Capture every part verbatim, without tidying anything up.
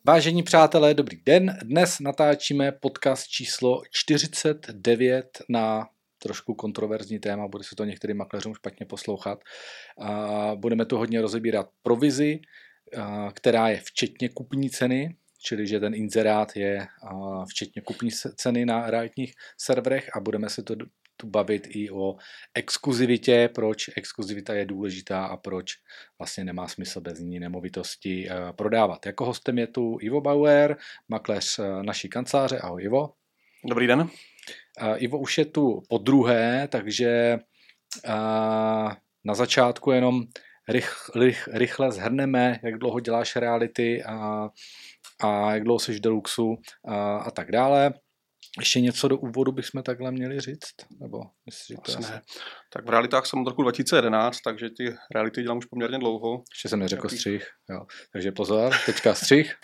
Vážení přátelé, dobrý den. Dnes natáčíme podcast číslo čtyřicet devět na trošku kontroverzní téma, bude se to některým makléřům špatně poslouchat. Budeme tu hodně rozebírat provizi, která je včetně kupní ceny, čili že ten inzerát je včetně kupní ceny na realitních serverech a budeme se to tu bavit i o exkluzivitě, proč exkluzivita je důležitá a proč vlastně nemá smysl bez ní nemovitosti prodávat. Jako hostem je tu Ivo Bauer, makléř naší kanceláře. Ahoj Ivo. Dobrý den. Ivo už je tu podruhé, takže na začátku jenom rych, rych, rychle zhrneme, jak dlouho děláš reality a, a jak dlouho jsi v Deluxu a, a tak dále. Ještě něco do úvodu bychom takhle měli říct? Nebo myslíš, že to asi... Tak v realitách jsem od roku dva tisíce jedenáct, takže ty reality dělám už poměrně dlouho. Ještě jsem neřekl Jaký... střih. Jo. Takže pozor, teďka střih.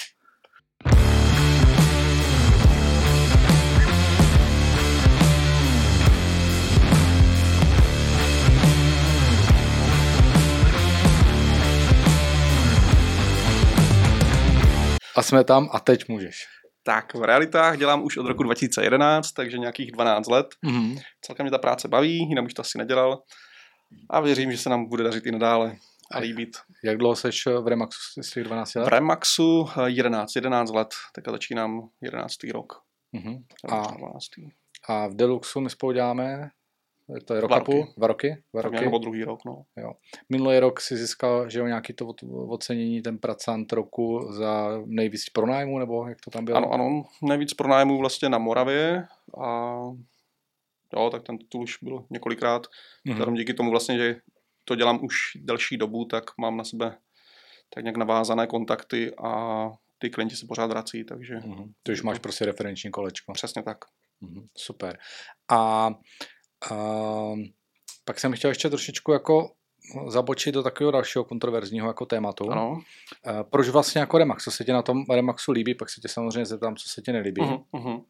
A jsme tam a teď můžeš. Tak v realitách dělám už od roku dva tisíce jedenáct, takže nějakých dvanáct let. Mm-hmm. Celkem mě ta práce baví, jinak bych to asi nedělal. A věřím, že se nám bude dařit i nadále a líbit. Jak dlouho seš v Remaxu z těch dvanáct let? V Remaxu jedenáct, jedenáct let, teďka začínám jedenáctý rok. Mm-hmm. A, a v Deluxu my spolu děláme, to je rok a půl? Dva roky? Dva roky. Nebo druhý rok, no. Jo. Minulý rok si získal, že jo, nějaký to ocenění, ten pracant roku za nejvíc pronájmu, nebo jak to tam bylo? Ano, ano, nejvíc pronájmu vlastně na Moravě a jo, tak ten titul už byl několikrát. Mm-hmm. Díky tomu vlastně, že to dělám už delší dobu, tak mám na sebe tak nějak navázané kontakty a ty klienti se pořád vrací, takže... Mm-hmm. Ty už máš prostě referenční kolečko. Přesně tak. Mm-hmm. Super. A Uh, pak jsem chtěl ještě trošičku jako zabočit do takového dalšího kontroverzního jako tématu. Ano. Uh, proč vlastně jako Remax? Co se ti na tom Remaxu líbí? Pak se tě samozřejmě zeptám, co se ti nelíbí. Uh-huh, uh-huh.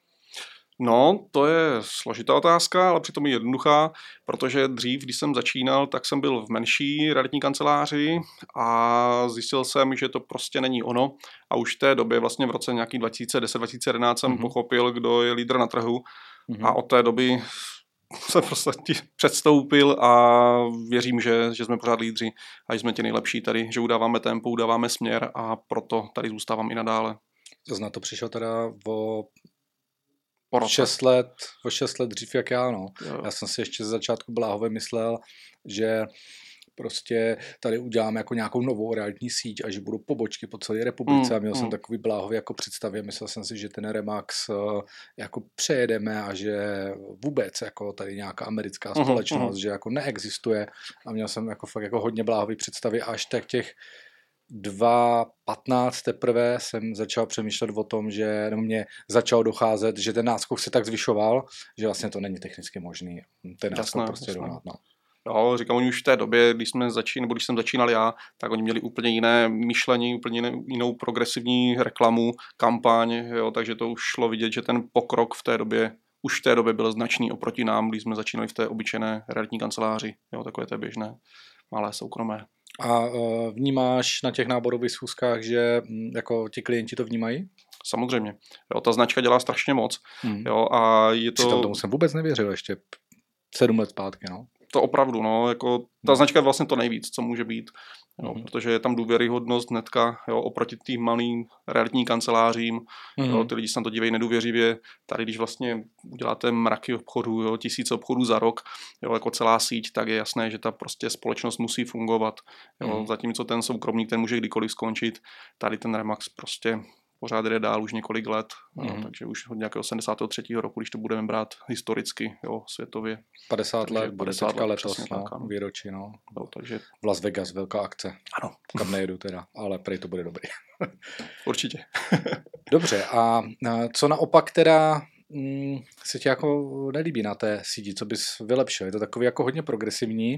No, to je složitá otázka, ale přitom je jednoduchá, protože dřív, když jsem začínal, tak jsem byl v menší realitní kanceláři a zjistil jsem, že to prostě není ono. A už v té době, vlastně v roce nějaký dva tisíce deset dva tisíce jedenáct jsem uh-huh. pochopil, kdo je lídr na trhu uh-huh. a od té doby jsem prostě předstoupil a věřím, že, že jsme pořád lídři a že jsme ti nejlepší tady, že udáváme tempo, udáváme směr a proto tady zůstávám i nadále. To znamená, to přišel teda o šest let, o šest let dřív jak já, no. Jo. Já jsem si ještě ze začátku bláhově myslel, že prostě tady uděláme jako nějakou novou realitní síť a že budou pobočky po celé republice mm, a měl mm. jsem takový bláhový jako představě, myslel jsem si, že ten Remax uh, jako přejedeme a že vůbec jako tady nějaká americká společnost, mm, že jako neexistuje a měl jsem jako fakt jako hodně bláhový představy až tak těch dva patnáct teprve jsem začal přemýšlet o tom, že nebo mě začalo docházet, že ten náskok se tak zvyšoval, že vlastně to není technicky možný ten náskok prostě dohnat, no. Jo, říkám, oni už v té době, když jsme začínali, nebo když jsem začínal já, tak oni měli úplně jiné myšlení, úplně jinou progresivní reklamu, kampaň, jo, takže to už šlo vidět, že ten pokrok v té době, už v té době byl značný oproti nám, když jsme začínali v té obyčejné realitní kanceláři, jo, takové té běžné, malé soukromé. A uh, vnímáš na těch náborových schůzkách, že m, jako ti klienti to vnímají? Samozřejmě, jo, ta značka dělá strašně moc, hmm. jo, a je to... Přitom tomu jsem vůbec nevěřil ještě sedm let zpátky, no. To opravdu, no, jako ta značka je vlastně to nejvíc, co může být, jo, mm. protože je tam důvěryhodnost hnedka, jo, oproti tým malým realitním kancelářím, mm. jo, ty lidi se na to dívají nedůvěřivě, tady když vlastně uděláte mraky obchodů, jo, tisíce obchodů za rok, jo, jako celá síť, tak je jasné, že ta prostě společnost musí fungovat, jo, mm. zatímco ten soukromník, ten může kdykoliv skončit, tady ten Remax prostě pořád jde dál už několik let, mm. no, takže už od nějakého sedmdesátého třetího roku, když to budeme brát historicky, jo, světově. padesát let, padesát let letos, no, tak, výročí, no. no takže... V Las Vegas, velká akce. Ano. Kam nejedu teda, ale prej to bude dobrý. Určitě. Dobře, a co naopak teda mm, se ti jako nelíbí na té síti, co bys vylepšil? Je to takový jako hodně progresivní,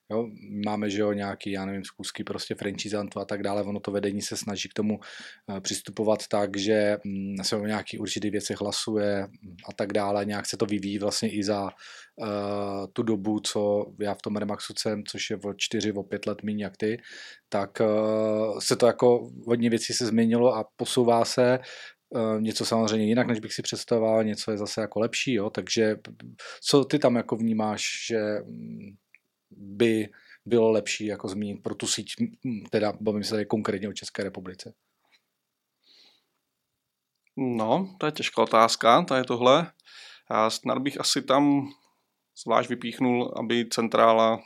Jo, máme, že jo, nějaký, já nevím, zkusky prostě franchisantů a tak dále, ono to vedení se snaží k tomu přistupovat tak, že se o nějaký určitý věci hlasuje a tak dále, nějak se to vyvíjí vlastně i za uh, tu dobu, co já v tom Remaxu jsem, což je o čtyři, o pět let míň jak ty, tak uh, se to jako hodně věcí se změnilo a posouvá se. Uh, něco samozřejmě jinak, než bych si představoval, něco je zase jako lepší, jo, takže co ty tam jako vnímáš, že by bylo lepší jako zmínit pro tu síť, teda bavím se tady konkrétně o České republice? No, to je těžká otázka, to je tohle. Já snad bych asi tam zvlášť vypíchnul, aby centrála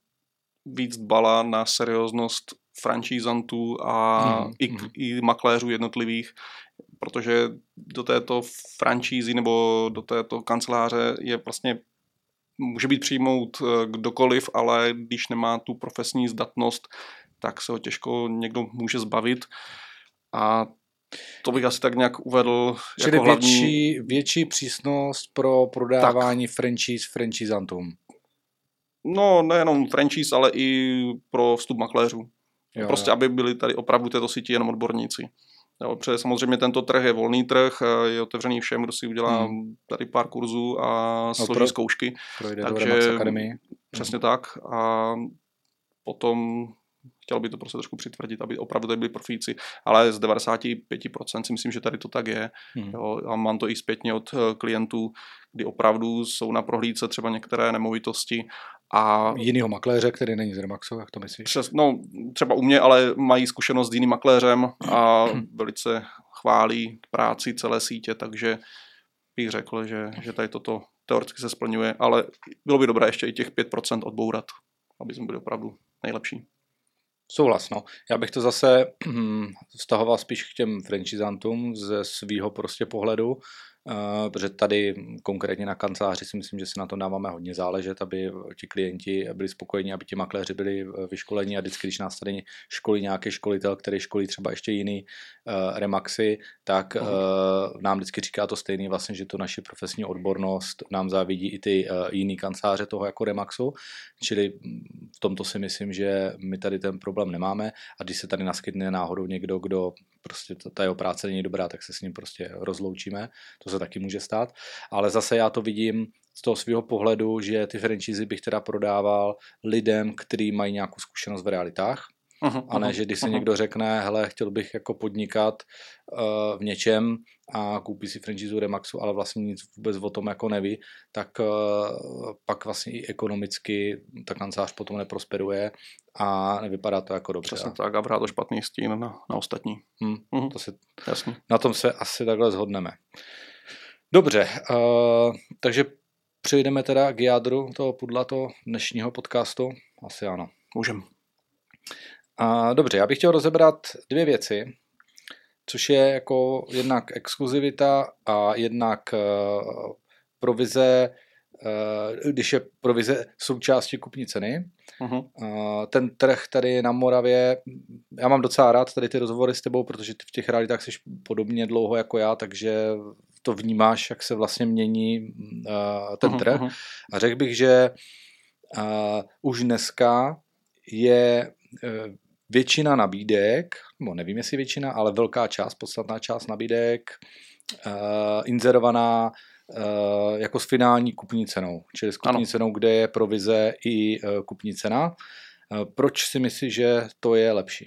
víc dbala na serióznost franšízantů a mm, i, mm. i makléřů jednotlivých, protože do této franšízy nebo do této kanceláře je vlastně může být přijmout kdokoliv, ale když nemá tu profesní zdatnost, tak se ho těžko někdo může zbavit. A to bych asi tak nějak uvedl. Čili jako hlavní... větší, větší přísnost pro prodávání tak. franchise franchiseantům. No, nejenom franchise, ale i pro vstup makléřů. Jo, prostě, jo. aby byli tady opravdu této síti jenom odborníci. Jo, protože samozřejmě tento trh je volný trh, je otevřený všem, kdo si udělá hmm. tady pár kurzů a složí no, pro, zkoušky. Takže do Remax Academy. Přesně hmm. tak. A potom chtěl by to prostě trošku přitvrdit, aby opravdu tady byli profíci, ale z devadesát pět procent si myslím, že tady to tak je. Hmm. Jo, a mám to i zpětně od klientů, kdy opravdu jsou na prohlídce třeba některé nemovitosti a jinýho makléře, který není z Remaxu, jak to myslíš? Přes, no, třeba u mě, ale mají zkušenost s jiným makléřem a velice chválí práci celé sítě, takže bych řekl, že, že tady toto teoreticky se splňuje, ale bylo by dobré ještě i těch pět procent odbourat, aby jsme byli opravdu nejlepší. Souhlas, no. Já bych to zase vztahoval spíš k těm franchisantům ze svýho prostě pohledu, uh, protože tady konkrétně na kanceláři si myslím, že si na to dáváme hodně záležet, aby ti klienti byli spokojení, aby ti makléři byli vyškolení a vždycky, když nás tady školí nějaký školitel, který školí třeba ještě jiný uh, Remaxy, tak uh, nám vždycky říká to stejný vlastně, že tu naši profesní odbornost nám závidí i ty uh, jiný kanceláře toho jako Remaxu, čili v tomto si myslím, že my tady ten problém nemáme a když se tady naskytne náhodou někdo, kdo prostě ta jeho práce není dobrá, tak se s ním prostě rozloučíme, to se taky může stát, ale zase já to vidím z toho svého pohledu, že ty franšízy bych teda prodával lidem, kteří mají nějakou zkušenost v realitách, uh-huh, a ne, že když se uh-huh. někdo řekne, hele, chtěl bych jako podnikat uh, v něčem a koupí si franšízu Remaxu, ale vlastně nic vůbec o tom jako neví, tak uh, pak vlastně i ekonomicky ta kancelář potom neprosperuje a nevypadá to jako dobře. Přesně tak a vrát to špatný stín na, na ostatní. Hmm, uh-huh. to se, Jasně. Na tom se asi takhle shodneme. Dobře, uh, takže přejdeme teda k jádru toho pudlato dnešního podcastu. Asi ano. Můžem. Uh, dobře, já bych chtěl rozebrat dvě věci, což je jako jednak exkluzivita a jednak uh, provize, uh, když je provize součástí kupní ceny. Uh-huh. Uh, ten trh tady na Moravě, já mám docela rád tady ty rozhovory s tebou, protože ty v těch realitách jsi podobně dlouho jako já, takže to vnímáš, jak se vlastně mění uh, ten uh-huh, trh. Uh-huh. A řekl bych, že uh, už dneska je uh, většina nabídek, no nevím jestli většina, ale velká část, podstatná část nabídek uh, inzerovaná uh, jako s finální kupní cenou, čili s kupní ano. cenou, kde je provize i uh, kupní cena. Uh, proč si myslíš, že to je lepší?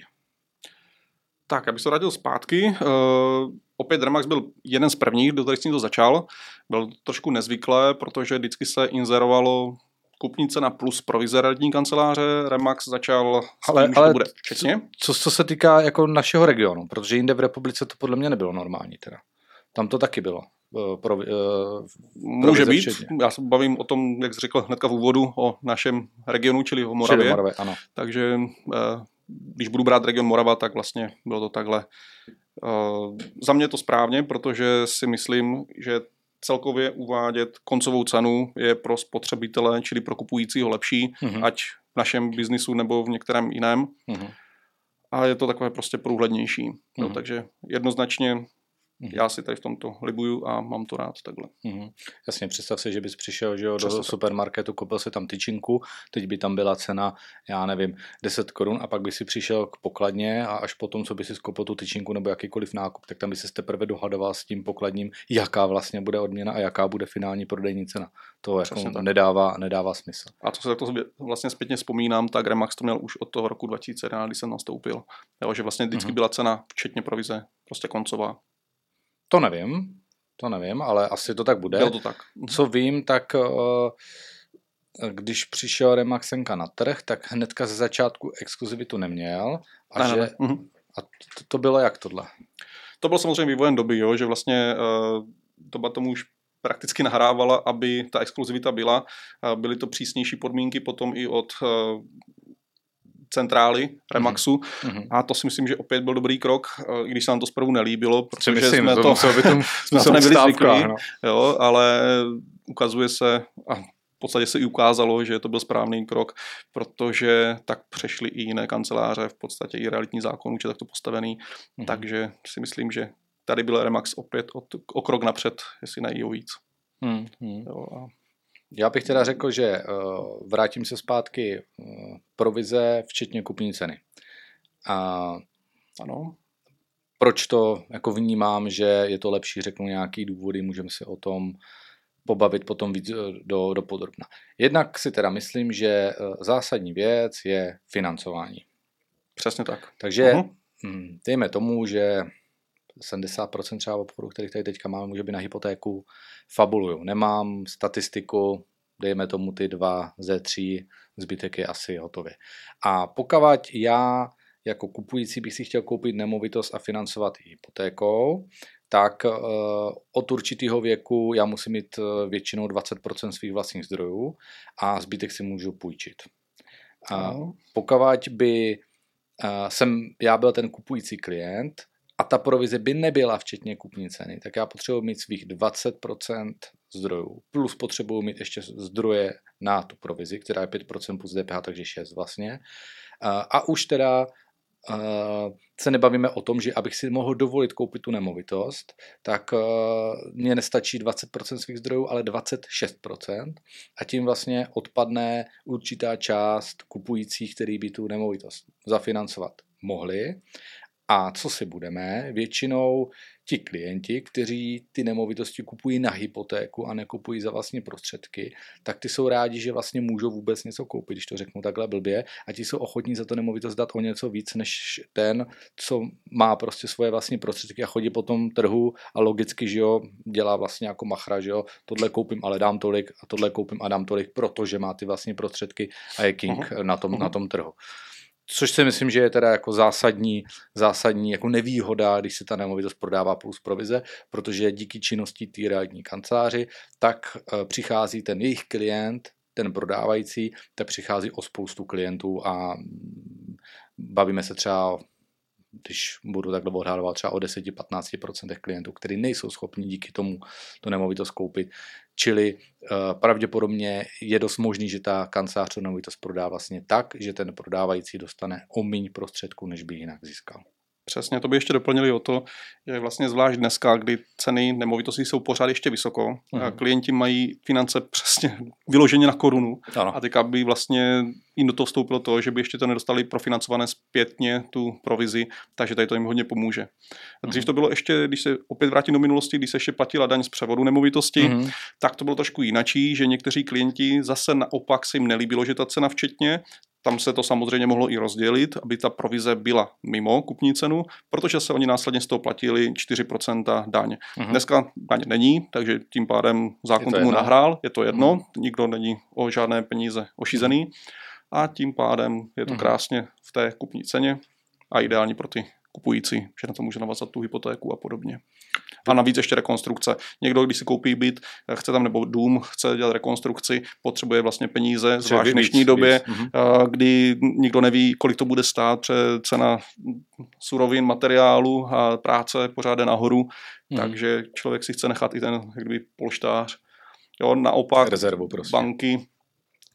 Tak, abych se vrátil zpátky. Uh, opět Remax byl jeden z prvních, kdo tady s tím to začal. Byl to trošku nezvyklé, protože vždycky se inzerovalo kupní cena plus provize realitní kanceláře. Remax začal s ale, tím, že ale to bude včetně. Co, co se týká jako našeho regionu, protože jinde v republice to podle mě nebylo normální teda. Tam to taky bylo. Pro, uh, Může být. Včetně. Já se bavím o tom, jak jsi řekl hnedka v úvodu, o našem regionu, čili o Moravě. Čili Moravě, ano. Takže uh, když budu brát region Morava, tak vlastně bylo to takhle. Uh, za mě to správně, protože si myslím, že celkově uvádět koncovou cenu je pro spotřebitele, čili pro kupujícího lepší, uh-huh. ať v našem biznisu nebo v některém jiném. Uh-huh. A je to takové prostě průhlednější. Uh-huh. No, takže jednoznačně Mm-hmm. Já si tady v tomto libuju a mám to rád takhle. Mm-hmm. Jasně, představ si, že bys přišel že jo, do tak. supermarketu, koupil si tam tyčinku, teď by tam byla cena, já nevím, deset korun a pak by si přišel k pokladně a až potom, co by si skoupil tu tyčinku nebo jakýkoliv nákup, tak tam by si teprve dohadoval s tím pokladním, jaká vlastně bude odměna a jaká bude finální prodejní cena. To jako nedává, nedává smysl. A to se to vlastně zpětně vzpomínám, tak Remax to měl už od toho roku dva tisíce jedenáct, když jsem nastoupil. Jo, že vlastně vždycky mm-hmm. byla cena včetně provize, prostě koncová. To nevím, to nevím, ale asi to tak bude. Bylo to tak. Co vím, tak když přišel Remaxenka na trh, tak hnedka ze začátku exkluzivitu neměl. A, ne, že, ne, ne. a to, to bylo jak tohle? To bylo samozřejmě vývojem doby, jo, že vlastně doba tomu už prakticky nahrávala, aby ta exkluzivita byla. Byly to přísnější podmínky potom i od centrály Remaxu mm-hmm. a to si myslím, že opět byl dobrý krok, i když se nám to zprvu nelíbilo, protože myslím, jsme to, to, jsme to nebyli zvyklí, no. jo, ale ukazuje se a v podstatě se i ukázalo, že to byl správný krok, protože tak přešly i jiné kanceláře, v podstatě i realitní zákon už je takto postavený, mm-hmm. takže si myslím, že tady byl Remax opět o, o krok napřed, jestli ne i o víc. Mm-hmm. Jo, a já bych teda řekl, že uh, vrátím se zpátky uh, provize, včetně kupní ceny. A ano. Proč to jako vnímám, že je to lepší, řeknu nějaký důvody, můžeme se o tom pobavit potom víc do, do podrobna. Jednak si teda myslím, že uh, zásadní věc je financování. Přesně tak. Takže uh-huh. dejme tomu, že sedmdesát procent třeba obchodu, kterých tady teďka máme, může být na hypotéku, fabuluju. Nemám statistiku, dejme tomu ty dva ze tří, zbytek je asi hotově. A pokud já jako kupující bych si chtěl koupit nemovitost a financovat hypotékou, tak uh, od určitého věku já musím mít uh, většinou dvacet procent svých vlastních zdrojů a zbytek si můžu půjčit. Uh, pokud by uh, jsem, já byl ten kupující klient, a ta provize by nebyla včetně kupní ceny, tak já potřebuji mít svých dvacet procent zdrojů. Plus potřebuji mít ještě zdroje na tu provizi, která je pět procent plus D P H, takže šest vlastně. A už teda se nebavíme o tom, že abych si mohl dovolit koupit tu nemovitost, tak mně nestačí dvacet procent svých zdrojů, ale dvacet šest procent a tím vlastně odpadne určitá část kupujících, který by tu nemovitost zafinancovat mohli. A co si budeme? Většinou ti klienti, kteří ty nemovitosti kupují na hypotéku a nekupují za vlastní prostředky, tak ty jsou rádi, že vlastně můžou vůbec něco koupit, když to řeknu takhle blbě, a ti jsou ochotní za to nemovitost dát o něco víc, než ten, co má prostě svoje vlastní prostředky a chodí po tom trhu a logicky, že jo, dělá vlastně jako machra, že jo, tohle koupím, ale dám tolik a tohle koupím a dám tolik, protože má ty vlastní prostředky a je king uh-huh. na tom, uh-huh. na tom trhu. Což si myslím, že je teda jako zásadní, zásadní jako nevýhoda, když se ta nemovitost prodává plus provize, protože díky činnosti té realitní kanceláři, tak přichází ten jejich klient, ten prodávající, tak přichází o spoustu klientů a bavíme se třeba, když budu takhle odhadovat, třeba o deset až patnáct procent klientů, kteří nejsou schopni díky tomu tu nemovitost koupit. Čili uh, pravděpodobně je dost možný, že ta kancelář tu nemovitost prodá vlastně tak, že ten prodávající dostane o míň prostředků, než by jinak získal. Přesně, to by ještě doplnili o to, že vlastně zvlášť dneska, kdy ceny nemovitostí jsou pořád ještě vysoko, uh-huh. klienti mají finance přesně vyloženě na korunu ano. a teďka by vlastně jim do toho vstoupilo to, že by ještě to nedostali profinancované zpětně tu provizi, takže tady to jim hodně pomůže. Dřív uh-huh. to bylo ještě, když se opět vrátím do minulosti, když se ještě platila daň z převodu nemovitosti, uh-huh. tak to bylo trošku jinačí, že někteří klienti zase naopak se jim nelíbilo, že ta cena včetně, tam se to samozřejmě mohlo i rozdělit, aby ta provize byla mimo kupní cenu, protože se oni následně z toho platili čtyři procenta daň. Uh-huh. Dneska daň není, takže tím pádem zákon tomu nahrál, je to jedno, uh-huh. nikdo není o žádné peníze ošizený a tím pádem je to uh-huh. krásně v té kupní ceně a ideální pro ty kupující, že na to může navazat tu hypotéku a podobně. A navíc ještě rekonstrukce. Někdo, když si koupí byt, chce tam nebo dům, chce dělat rekonstrukci, potřebuje vlastně peníze, zvlášť v dnešní době, víc. Kdy nikdo neví, kolik to bude stát, protože cena surovin, materiálu a práce pořád jde nahoru, hmm. takže člověk si chce nechat i ten jak kdyby polštář. Jo, naopak rezervu prostě. Banky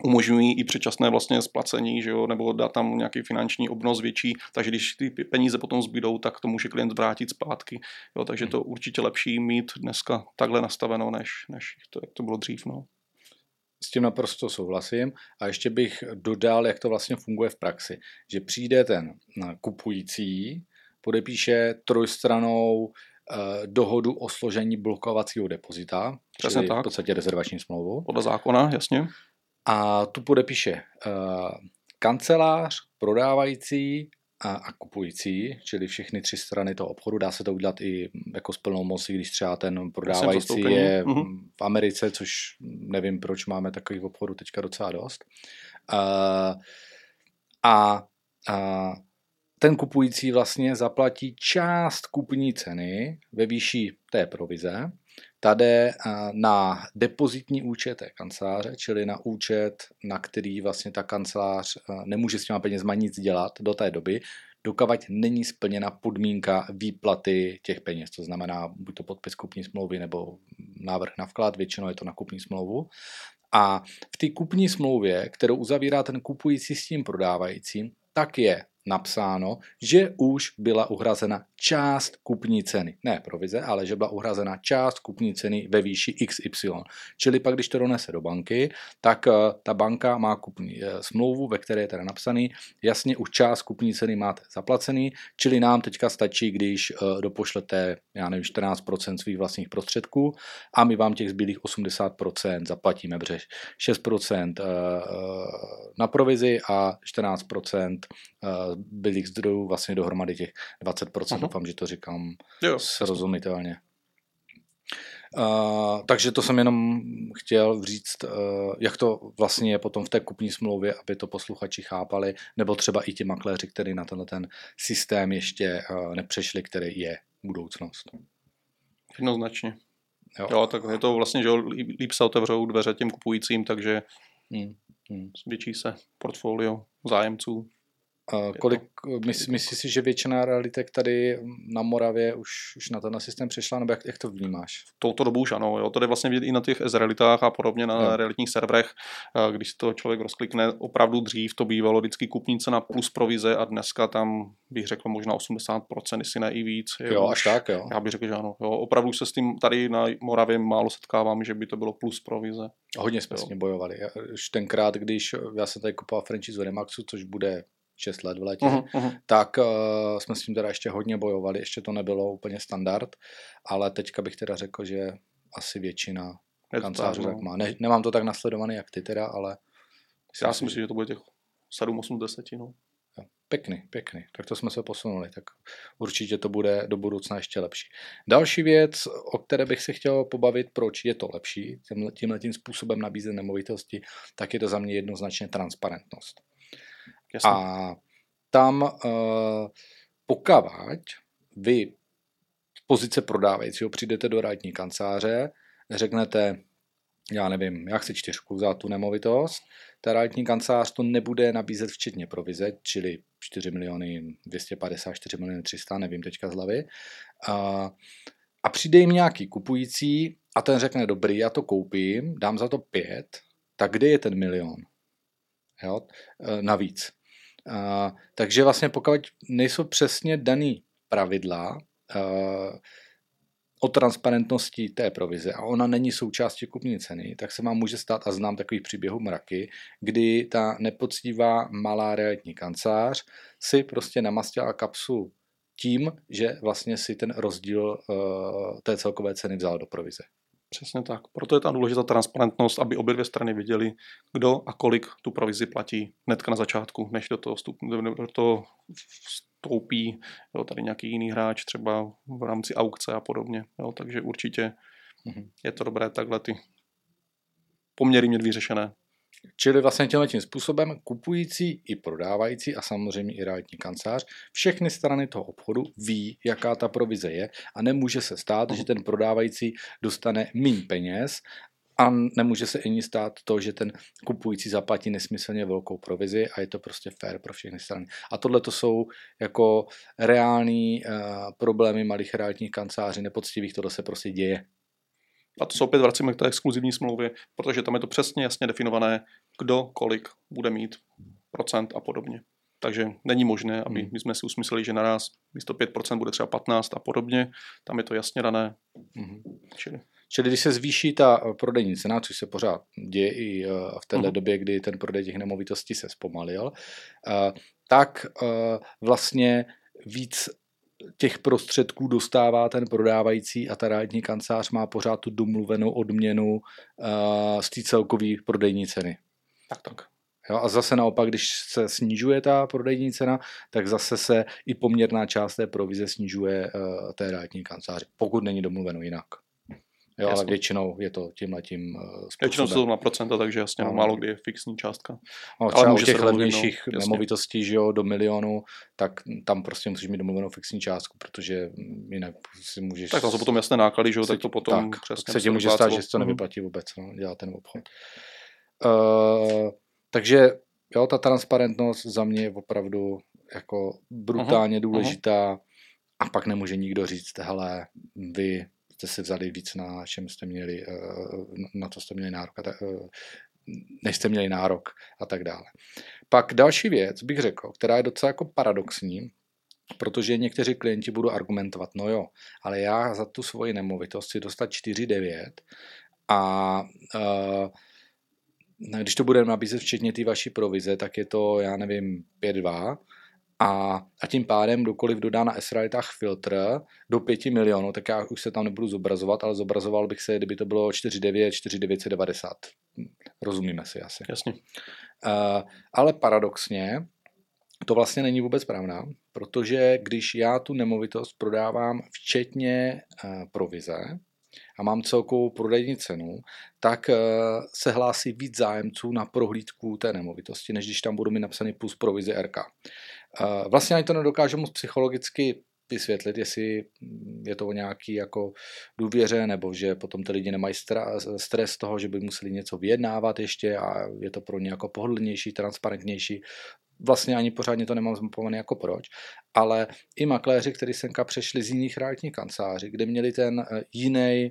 umožňují i předčasné vlastně splacení, že jo, nebo dá tam nějaký finanční obnos větší, takže když ty peníze potom zbydou, tak to může klient vrátit zpátky. Jo, takže to určitě lepší mít dneska takhle nastaveno, než, než to, jak to bylo dřív. No. S tím naprosto souhlasím a ještě bych dodal, jak to vlastně funguje v praxi. Že přijde ten kupující, podepíše trojstranou eh, dohodu o složení blokovacího depozita, Přesně čili tak. v podstatě rezervační smlouvu. Podle zákona, jasně. A tu podepíše eh, kancelář, prodávající a, a kupující, čili všechny tři strany toho obchodu. Dá se to udělat i jako s plnou mocí, když třeba ten prodávající je mm-hmm. v Americe, což nevím, proč máme takových obchodů teďka docela dost. Uh, a, a ten kupující vlastně zaplatí část kupní ceny ve výši té provize. Tady na depozitní účet té kanceláře, čili na účet, na který vlastně ta kancelář nemůže s těma penězma nic dělat do té doby, dokavať není splněna podmínka výplaty těch peněz. To znamená buď to podpis kupní smlouvy nebo návrh na vklad, většinou je to na kupní smlouvu. A v té kupní smlouvě, kterou uzavírá ten kupující s tím prodávajícím, tak je napsáno, že už byla uhrazena část kupní ceny. Ne provize, ale že byla uhrazena část kupní ceny ve výši X Y. Čili pak, když to donese do banky, tak ta banka má kupní smlouvu, ve které je teda napsaný, jasně už část kupní ceny máte zaplacený, čili nám teďka stačí, když dopošlete, já nevím, čtrnáct procent svých vlastních prostředků a my vám těch zbylých osmdesát procent zaplatíme, protože šest procent na provizi a čtrnáct procent zbylých zdrojů, vlastně dohromady těch dvacet procent. Uh-huh. Doufám, že to říkám jo, srozumitelně. Uh, takže to jsem jenom chtěl říct, uh, jak to vlastně je potom v té kupní smlouvě, aby to posluchači chápali, nebo třeba i ti makléři, kteří na tenhle ten systém ještě uh, nepřešli, který je budoucnost. Jednoznačně. Jo. jo, tak je to vlastně, že líp se otevřou dveře těm kupujícím, takže hmm. Hmm. zvětší se portfolio zájemců. Uh, kolik, mys, myslíš si, že většina realitek tady na Moravě už, už na ten systém přešla, nebo jak, jak to vnímáš? Touto dobu už ano, jo. To jde vlastně vidět i na těch S-realitách a podobně na jo. realitních serverech, když to člověk rozklikne, opravdu dřív to bývalo vždycky kupní cena plus provize a dneska tam bych řekl možná osmdesát procent, jestli ne i víc. Jo, jo až tak, jo. Já bych řekl, že ano. Jo. Opravdu se s tím tady na Moravě málo setkávám, že by to bylo plus provize. Hodně jsme jo. s tím bojovali. Já, už tenkrát, když já jsem tady kupoval franchise Remaxu, což bude šest let v létě, uh-huh, uh-huh. tak uh, jsme s tím teda ještě hodně bojovali, ještě to nebylo úplně standard, ale teďka bych teda řekl, že asi většina kancelářů tak má. Ne, nemám to tak nasledovaný jak ty teda, ale... Já si myslím, že to bude těch sedm osm deset, no. Pěkný, pěkný. Tak to jsme se posunuli, tak určitě to bude do budoucna ještě lepší. Další věc, o které bych se chtěl pobavit, proč je to lepší, tímhletím způsobem nabízet nemovitosti, tak je to za mě jednoznačně transparentnost. Jasně. A tam uh, pokavať vy z pozice prodávajícího přijdete do realitní kanceláře, řeknete, já nevím, já chci čtyřku za tu nemovitost, ta realitní kancelář to nebude nabízet včetně provize, čili čtyři miliony dvě stě padesát, čtyři miliony tři sta, nevím teďka z hlavy. Uh, a přijde jim nějaký kupující a ten řekne, dobrý, já to koupím, dám za to pět, tak kde je ten milion? Jo? Uh, navíc. Uh, takže vlastně pokud nejsou přesně daný pravidla uh, o transparentnosti té provize a ona není součástí kupní ceny, tak se vám může stát, a znám takových příběhů mraky, kdy ta nepoctivá malá realitní kancelář si prostě namastila kapsu tím, že vlastně si ten rozdíl uh, té celkové ceny vzal do provize. Přesně tak. Proto je ta důležitá transparentnost, aby obě dvě strany viděli, kdo a kolik tu provizi platí hnedka na začátku, než do toho, vstup, do toho vstoupí jo, tady nějaký jiný hráč, třeba v rámci aukce a podobně. Jo, takže určitě mm-hmm. je to dobré takhle ty poměry mít vyřešené. Čili vlastně tímhletím způsobem kupující i prodávající a samozřejmě i realitní kancelář, všechny strany toho obchodu ví, jaká ta provize je a nemůže se stát, že ten prodávající dostane míň peněz a nemůže se ani stát to, že ten kupující zaplatí nesmyslně velkou provizi a je to prostě fair pro všechny strany. A tohle to jsou jako reální uh, problémy malých realitních kanceláří, nepoctivých, tohle se prostě děje. A to se opět vracíme k té exkluzivní smlouvě, protože tam je to přesně jasně definované, kdo kolik bude mít procent a podobně. Takže není možné, aby my jsme si usmysleli, že naraz místo pět procent bude třeba patnáct a podobně. Tam je to jasně dané. Mm-hmm. Čili. Čili když se zvýší ta prodejní cena, což se pořád děje i v této uh-huh. době, kdy ten prodej těch nemovitostí se zpomalil, tak vlastně víc těch prostředků dostává ten prodávající a ta realitní kancelář má pořád tu domluvenou odměnu z té celkové prodejní ceny. Tak, tak. Jo, a zase naopak, když se snižuje ta prodejní cena, tak zase se i poměrná část té provize snižuje uh, té realitní kanceláři, pokud není domluveno jinak. Jo, ale většinou je to tímhletím uh, způsobem. Většinou jsou to na procenta, takže jasně no. Málo kdy je fixní částka. No, třeba ale u těch levnějších no, nemovitostí, že jo, do milionu, tak tam prostě musíš mít domluvenou fixní částku, protože jinak si můžeš... Tak tam jsou potom jasné náklady, že jo, tak to potom tak, přesně... se ti může stát, že se to nevyplatí vůbec, no, dělat ten obchod. Uh, takže jo, ta transparentnost za mě je opravdu jako brutálně uh-huh. důležitá a pak nemůže nikdo říct, hele, vy jste si vzali víc, na čem jste měli, na co jste měli nárok, než jste měli nárok a tak dále. Pak další věc bych řekl, která je docela jako paradoxní, protože někteří klienti budou argumentovat, no jo, ale já za tu svoji nemovitost si dostat čtyři devět a uh, když to budeme nabízet včetně té vaší provize, tak je to, já nevím, pět dva a, a tím pádem kdokoliv dodá na S-Realitách filtr do pěti milionů, tak já už se tam nebudu zobrazovat, ale zobrazoval bych se, kdyby to bylo čtyři devět, čtyři devět set devadesát. Rozumíme si asi. Jasně. Uh, ale paradoxně to vlastně není vůbec pravda, protože když já tu nemovitost prodávám včetně uh, provize, a mám celkovou prodejní cenu, tak se hlásí víc zájemců na prohlídku té nemovitosti, než když tam budu mít napsaný plus provize R K. Vlastně ani to nedokážu moc psychologicky vysvětlit, jestli je to o nějaký jako důvěře, nebo že potom ty lidi nemají stres z toho, že by museli něco vyjednávat ještě a je to pro ně jako pohodlnější, transparentnější. Vlastně ani pořádně to nemám zmapované jako proč, ale i makléři, kteří semka přešli z jiných realitních kanceláří, kde měli ten jiný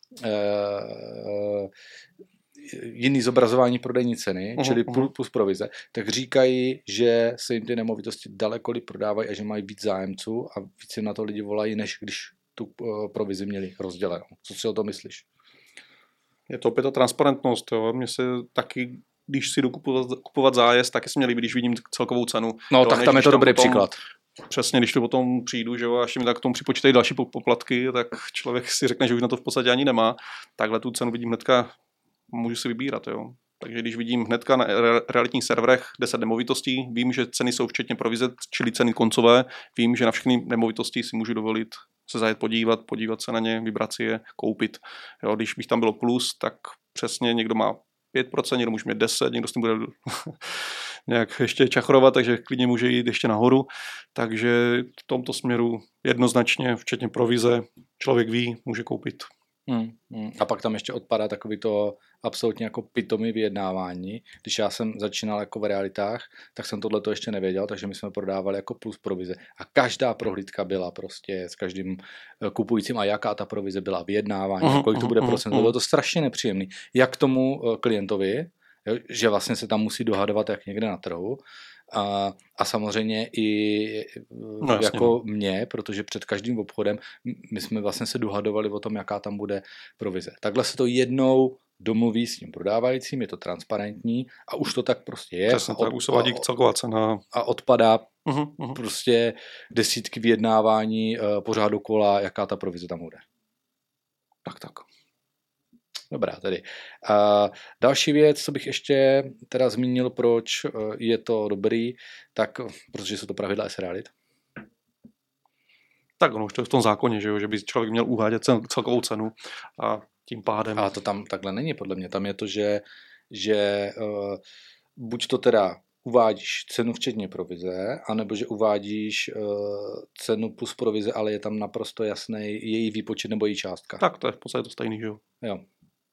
uh, jiný zobrazování prodejní ceny, uh-huh, čili plus, plus provize, tak říkají, že se jim ty nemovitosti daleko líp prodávají a že mají víc zájemců a víc jim na to lidi volají, než když tu uh, provizi měli rozdělenou. Co si o to myslíš? Je to opět ta transparentnost. Jo. Mně se taky, když si jdu kupovat, kupovat zájezd, taky jsem měl, když vidím celkovou cenu. No jo, tak tam je to dobrý potom, příklad. Přesně, když to potom přijdu, že jo, a ještě mi tak k tomu připočítají další poplatky, tak člověk si řekne, že už na to v podstatě ani nemá. Takhle tu cenu vidím hnedka, můžu si vybírat. Jo. Takže když vidím hnedka na realitních serverech deset nemovitostí, vím, že ceny jsou včetně provize, čili ceny koncové, vím, že na všechny nemovitosti si můžu dovolit se zajet podívat, podívat se na ně, vybrat si je, koupit. Jo, když bych tam bylo plus, tak přesně někdo má pět procent, někdo může mít deset, někdo s tím bude nějak ještě čachrovat, takže klidně může jít ještě nahoru. Takže v tomto směru jednoznačně, včetně provize, člověk ví, může koupit. Hmm, hmm. A pak tam ještě odpadá takový to absolutně jako pitomý vyjednávání. Když já jsem začínal jako v realitách, tak jsem tohle to ještě nevěděl, takže my jsme prodávali jako plus provize. A každá prohlídka byla prostě s každým kupujícím a jaká ta provize byla, vyjednávání, uh-huh, kolik to bude uh-huh, procent. Uh-huh. Bylo to strašně nepříjemný. Jak tomu klientovi, že vlastně se tam musí dohadovat jak někde na trhu, A, a samozřejmě i no, jako mě, protože před každým obchodem my jsme vlastně se dohadovali o tom, jaká tam bude provize. Takhle se to jednou domluví s tím prodávajícím, je to transparentní a už to tak prostě je. Přesně, tak už se vadí celková cena. A odpadá uh-huh, uh-huh. prostě desítky vyjednávání uh, pořád dokola, jaká ta provize tam bude. Tak, tak. Dobrá, tedy. A další věc, co bych ještě teda zmínil, proč je to dobrý, tak protože jsou to pravidla S-Realit. Tak ono už to je v tom zákoně, že, jo, že by člověk měl uvádět cel, celkovou cenu a tím pádem... Ale to tam takhle není podle mě. Tam je to, že, že uh, buď to teda uvádíš cenu včetně provize, anebo že uvádíš uh, cenu plus provize, ale je tam naprosto jasný její výpočet nebo její částka. Tak to je v podstatě to stejný, že jo. Jo.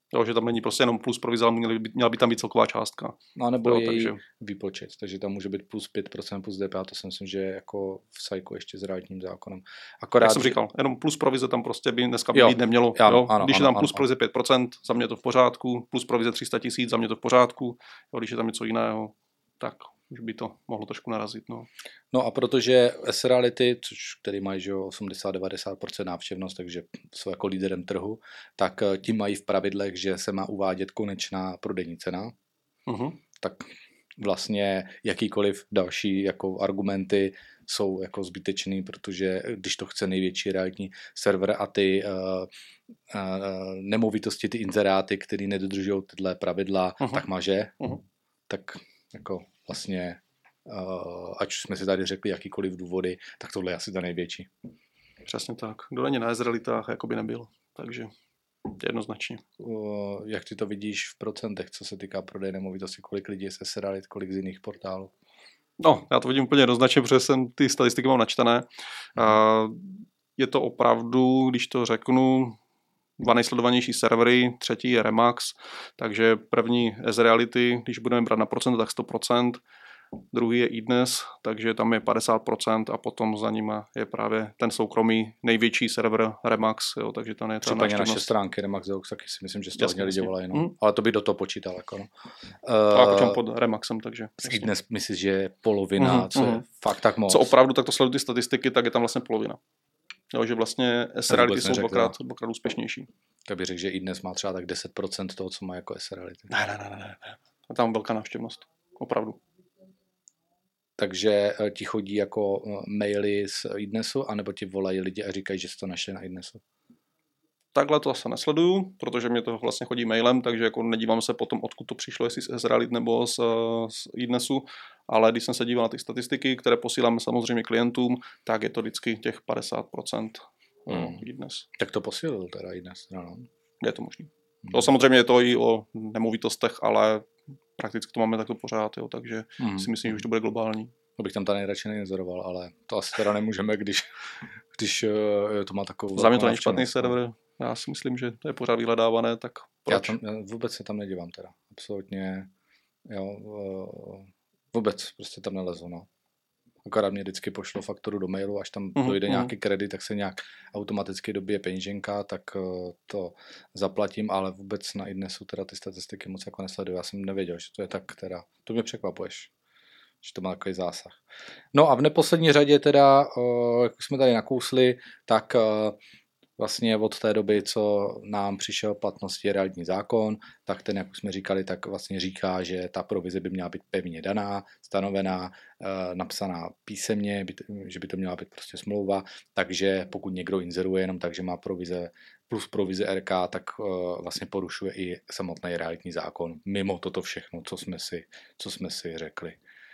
Jo, že tam není prostě jenom plus provize, ale měla by, měla by tam být celková částka. No nebo jo, její takže... výpočet, takže tam může být plus pět procent plus D P H, to si myslím, že je jako v sajku ještě s realitním zákonem. Akorát, jak jsem říkal, jenom plus provize tam prostě by dneska jo, být nemělo. Ano, jo? Ano, když ano, je tam ano, plus ano. provize pět procent, za mě je to v pořádku, plus provize tři sta tisíc, za mě to v pořádku, jo, když je tam něco jiného, tak už by to mohlo trošku narazit. No, no a protože S-Reality, což, který mají že osmdesát až devadesát procent návštěvnost, takže jsou jako líderem trhu, tak ti mají v pravidlech, že se má uvádět konečná prodejní cena. uh-huh. Tak vlastně jakýkoliv další jako argumenty jsou jako zbytečný, protože když to chce největší realitní server a ty uh, uh, nemovitosti, ty inzeráty, které nedodržují tyhle pravidla, uh-huh. tak maže, uh-huh. tak jako vlastně, uh, ať už jsme si tady řekli jakýkoliv důvody, tak tohle je asi ta největší. Přesně tak. Kdo není na S-Realitách, jako by nebyl. Takže jednoznačně. Uh, jak ty to vidíš v procentech, co se týká prodeje nemovitosti, kolik lidí je z S-Realit, kolik z jiných portálů? No, já to vidím úplně jednoznačně, protože jsem ty statistiky mám načtené. Uh, je to opravdu, když to řeknu, dva nejsledovanější servery, třetí je Remax, takže první S-Reality, když budeme brát na procent, tak sto procent, druhý je iDnes, takže tam je padesát procent a potom za nima je právě ten soukromý největší server Remax, jo, takže tam je ta případně návštěvnost. Naše stránky Remax Dogs, taky si myslím, že to hodně lidi volají, no. mm. Ale to by do toho počítal, jako no. Uh, a počím pod Remaxem, takže. iDnes myslíš, že je polovina, mm, co mm. je fakt tak moc. Co opravdu, tak to sledují ty statistiky, tak je tam vlastně polovina. Jo, že vlastně S-Reality jsou dvakrát, dvakrát úspěšnější. Tak bych řekl, že iDnes má třeba tak deset procent toho, co má jako S-Reality. Ne, ne, ne, ne, ne. A tam velká návštěvnost. Opravdu. Takže ti chodí jako maily z iDnesu, anebo ti volají lidi a říkají, že jsi to našli na iDnesu? Takhle to asi nesleduju, protože mě to vlastně chodí mailem, takže jako nedívám se potom, odkud to přišlo, jestli z S-Realit nebo z, z iDnesu, ale když jsem se díval na ty statistiky, které posíláme samozřejmě klientům, tak je to vždycky těch padesát procent hmm. iDnes. Tak to posílil teda iDnes? No. Je to možný. Hmm. To samozřejmě je to i o nemovitostech, ale prakticky to máme takto pořád, jo, takže hmm. si myslím, že už to bude globální. To bych tam tady nejradši neinzoroval, ale to asi teda nemůžeme, když, když to má takovou... Za mě to není špatný server, já si myslím, že to je pořád vyhledávané, tak proč? Já, tam, já vůbec se tam nedívám teda, absolutně, jo, vůbec prostě tam nelezu, no. Akorát mě vždycky pošlo fakturu do mailu, až tam dojde mm, nějaký kredit, tak se nějak automaticky dobije peníženka, tak to zaplatím, ale vůbec na iDnesu teda ty statistiky moc jako nesleduju. Já jsem nevěděl, že to je tak teda, to mě překvapuješ, že to má takový zásah. No a v neposlední řadě teda, jak jsme tady nakousli, tak vlastně od té doby, co nám přišel platnosti realitní zákon, tak ten, jak už jsme říkali, tak vlastně říká, že ta provize by měla být pevně daná, stanovená, napsaná písemně, že by to měla být prostě smlouva, takže pokud někdo inzeruje jenom tak, že má provize plus provize R K, tak vlastně porušuje i samotný realitní zákon, mimo toto všechno, co jsme si, co jsme si řekli.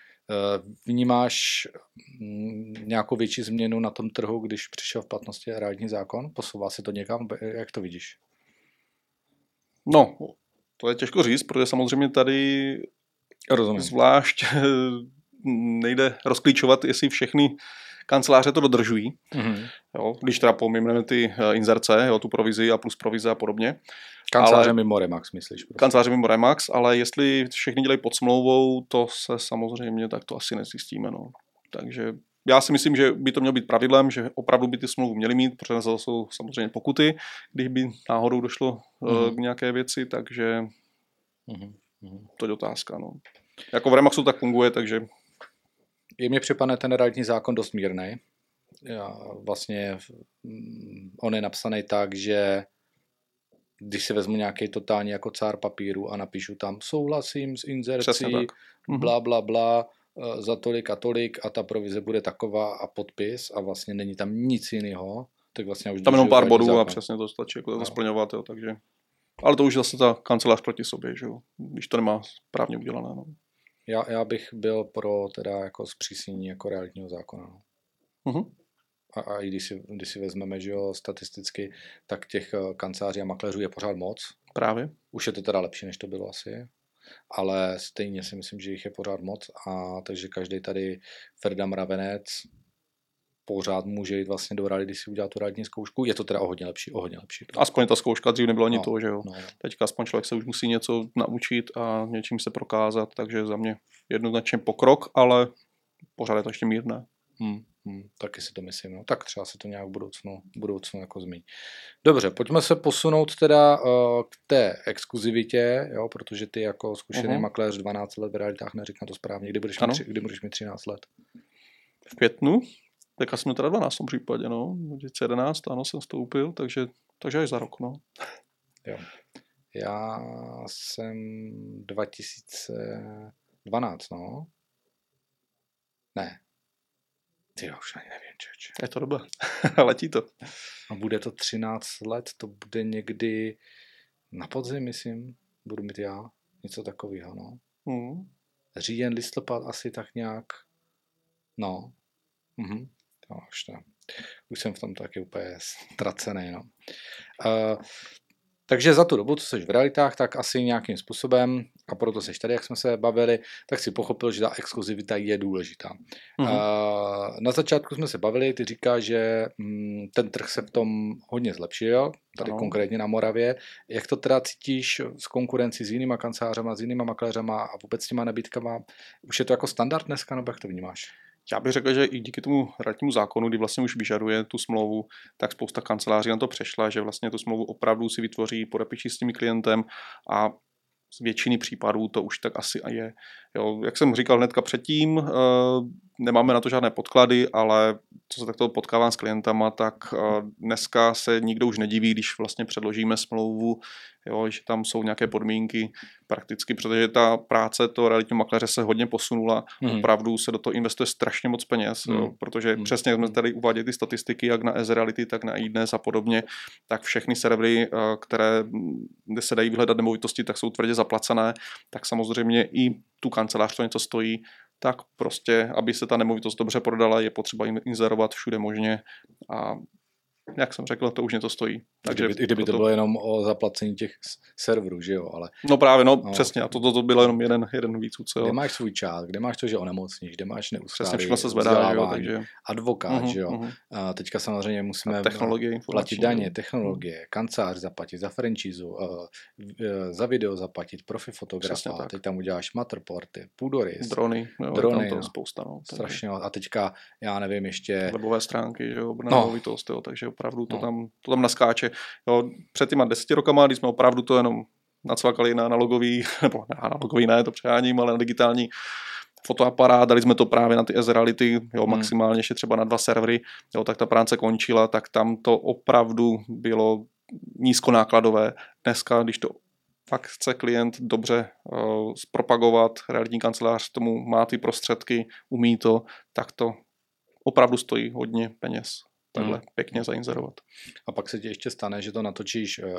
Vnímáš nějakou větší změnu na tom trhu, když přišel v platnosti realitní zákon? Posouvá se to někam? Jak to vidíš? No, to je těžko říct, protože samozřejmě tady Rozumím. Zvlášť nejde rozklíčovat, jestli všechny kanceláře to dodržují. Mm-hmm. Jo, když teda pomineme ty inzerce, jo, tu provizi a plus provize a podobně. Kanceláře ale, mimo Remax, myslíš? Prostě. Kanceláře mimo Remax, ale jestli všechny dělají pod smlouvou, to se samozřejmě tak to asi nezjistíme. No. Takže já si myslím, že by to mělo být pravidlem, že opravdu by ty smlouvy měly mít, protože to jsou samozřejmě pokuty, když by náhodou došlo mm-hmm. k nějaké věci, takže mm-hmm. to je otázka. No. Jako v Remaxu tak funguje, takže... Je mně připadne ten realitní zákon dost mírnej. Já vlastně on je napsaný tak, že když si vezmu nějaký totálně jako cár papíru a napíšu tam souhlasím s inzercí, bla, bla, bla, za tolik a tolik a ta provize bude taková a podpis a vlastně není tam nic jiného, tak vlastně už... Tam jenom pár bodů zákon. A přesně to stačí jako to no. splňovat, jo, takže... Ale to už zase ta kancelář proti sobě, že jo, když to nemá správně udělané, no. Já, já bych byl pro teda jako zpřísnění jako realitního zákona, no. Uh-huh. A, a i když si, když si vezmeme, že jo, statisticky, tak těch kanceláří a makléřů je pořád moc. Právě. Už je to teda lepší, než to bylo asi. Ale stejně si myslím, že jich je pořád moc. A takže každý tady Ferda Mravenec pořád může jít vlastně do reality, když si udělá tu realitní zkoušku. Je to teda o hodně lepší, o hodně lepší. Aspoň ta zkouška dřív nebyla ani no, to, že jo. No. Teďka aspoň člověk se už musí něco naučit a něčím se prokázat, takže za mě jednoznačně pokrok, ale pořád je to ještě mírné. Hmm, hmm, taky si to myslím, no. Tak třeba se to nějak v budoucnu, v budoucnu jako změní. Dobře, pojďme se posunout teda uh, k té exkluzivitě, jo, protože ty jako zkušený uh-huh. makléř dvanáct let v realitách, neříkám to správně, kdy budeš, mít, kdy budeš mít třináct let? V květnu, teďka jsem teda dvanáct v tom případě, no, dva tisíce jedenáct, ano, jsem vstoupil, takže, takže až za rok, no. Jo. Já jsem dva tisíce dvanáct, no. Ne. Ty jo, už ani nevím, čeč. Je to dobré. Letí to. A bude to třináct let, to bude někdy na podzim, myslím, budu mít já. Něco takového, no. Mm. Říjen, listopad asi tak nějak. No. Mhm. No, už, to. už jsem v tom taky úplně ztracený, no. Uh, Takže za tu dobu, co jsi v realitách, tak asi nějakým způsobem, a proto jsi tady, jak jsme se bavili, tak si pochopil, že ta exkluzivita je důležitá. Mm-hmm. Na začátku jsme se bavili, ty říkáš, že ten trh se v tom hodně zlepšil, tady ano. Konkrétně na Moravě. Jak to teda cítíš s konkurencí s jinýma kancelářama, s jinýma makléřama a vůbec s těma nabídkama? Už je to jako standard dneska, nebo jak to vnímáš? Já bych řekl, že i díky tomu realitnímu zákonu, kdy vlastně už vyžaduje tu smlouvu, tak spousta kanceláří na to přešla, že vlastně tu smlouvu opravdu si vytvoří, podepíší s tím klientem a z většiny případů to už tak asi a je. Jo, jak jsem říkal hnedka předtím, nemáme na to žádné podklady, ale co se takto potkávám s klientama, tak dneska se nikdo už nediví, když vlastně předložíme smlouvu, jo, že tam jsou nějaké podmínky prakticky, protože ta práce toho realitního makléře se hodně posunula, hmm. opravdu se do toho investuje strašně moc peněz, hmm. jo, protože hmm. přesně jak jsme tady uváděli ty statistiky, jak na eReality, tak na iDnes a podobně, tak všechny servery, které, kde se dají vyhledat nemovitosti, tak jsou tvrdě zaplacené, tak samozřejmě i tu kancelář to něco stojí, tak prostě, aby se ta nemovitost dobře prodala, je potřeba inzerovat všude možně a jak jsem řekl, to už něco stojí. Takže kdyby, kdyby to bylo jenom o zaplacení těch serverů, že jo, ale... No právě, no, no přesně, a to, to, to bylo jenom jeden, jeden víc, co jo. Kde máš svůj čas, kde máš to, že onemocníš, kde máš neustálý přesně, všechno se zvedá, že jo, takže... advokát, uh-huh, že jo. Uh-huh. A teďka samozřejmě musíme platit daně, technologie, uh-huh. kancelář zaplatit, za franchízu, uh, za video zaplatit, profi fotografa, teď tam uděláš matterporty, půdorys, drony, jo, drony, to no. spousta, no. Strašně, a teďka, já nevím, ještě... webové stránky, že jo, nemovitost, jo, takže opravdu to, no. tam, to tam naskáče. Jo, před těma deseti rokama, když jsme opravdu to jenom nacvakali na analogový, nebo na analogový ne, to přeháním, ale na digitální fotoaparát, dali jsme to právě na ty eReality, jo, maximálně ještě třeba na dva servery, jo, tak ta práce končila, tak tam to opravdu bylo nízkonákladové. Dneska, když to fakt chce klient dobře uh, zpropagovat, realitní kancelář tomu má ty prostředky, umí to, tak to opravdu stojí hodně peněz. Takhle hmm. pěkně zainzerovat. A pak se ti ještě stane, že to natočíš, uh,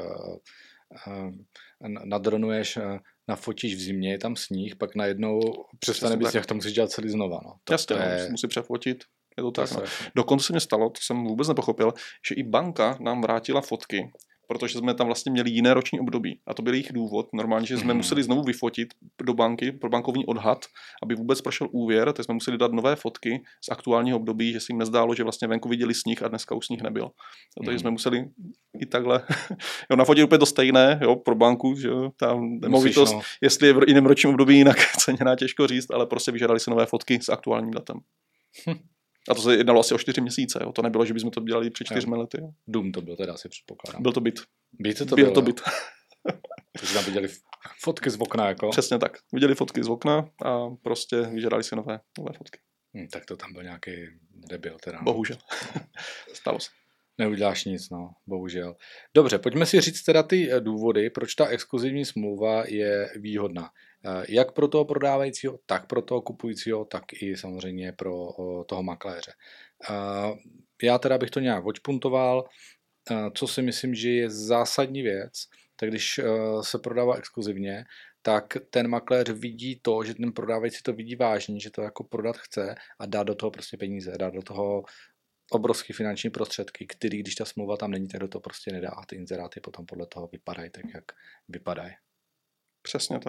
uh, nadronuješ, uh, nafotíš v zimě, je tam sníh, pak najednou přestane být sněh, to musíš dělat celý znova. No. To Jasně, je... musí přefotit. Je to tak, no. Dokonce se mi stalo, to jsem vůbec nepochopil, že i banka nám vrátila fotky, protože jsme tam vlastně měli jiné roční období. A to byl jejich důvod. Normálně, že jsme mm. museli znovu vyfotit do banky pro bankovní odhad, aby vůbec prošel úvěr, tak jsme museli dát nové fotky z aktuálního období, že si jim nezdálo, že vlastně venku viděli sníh a dneska už sníh nebyl. No, takže mm. jsme museli i takhle jo, nafotit úplně to stejné, jo, pro banku, že jo, ta nemovitost, no. Jestli je v jiném ročním období jinak ceněná, těžko říct, ale prostě vyžadali si nové fotky s aktuálním datem. Hm. A to se jednalo asi o čtyři měsíce, jo. To nebylo, že bychom to dělali před čtyřmi lety. Jo. Dům to byl teda asi předpokládám. Byl to byt. Byt to byl byl, to byt. Takže tam viděli fotky z okna, jako? Přesně tak. Viděli fotky z okna a prostě vyžadali si nové, nové fotky. Hmm, tak to tam byl nějaký debil teda. Bohužel. Stalo se. Neuděláš nic, no, bohužel. Dobře, pojďme si říct teda ty důvody, proč ta exkluzivní smlouva je výhodná. Jak pro toho prodávajícího, tak pro toho kupujícího, tak i samozřejmě pro toho makléře. Já teda bych to nějak odšpuntoval, co si myslím, že je zásadní věc, tak když se prodává exkluzivně, tak ten makléř vidí to, že ten prodávající to vidí vážně, že to jako prodat chce a dá do toho prostě peníze, dá do toho obrovské finanční prostředky, který, když ta smlouva tam není, tak do toho prostě nedá a ty inzeráty potom podle toho vypadají tak, jak vypadají. Přesně tak.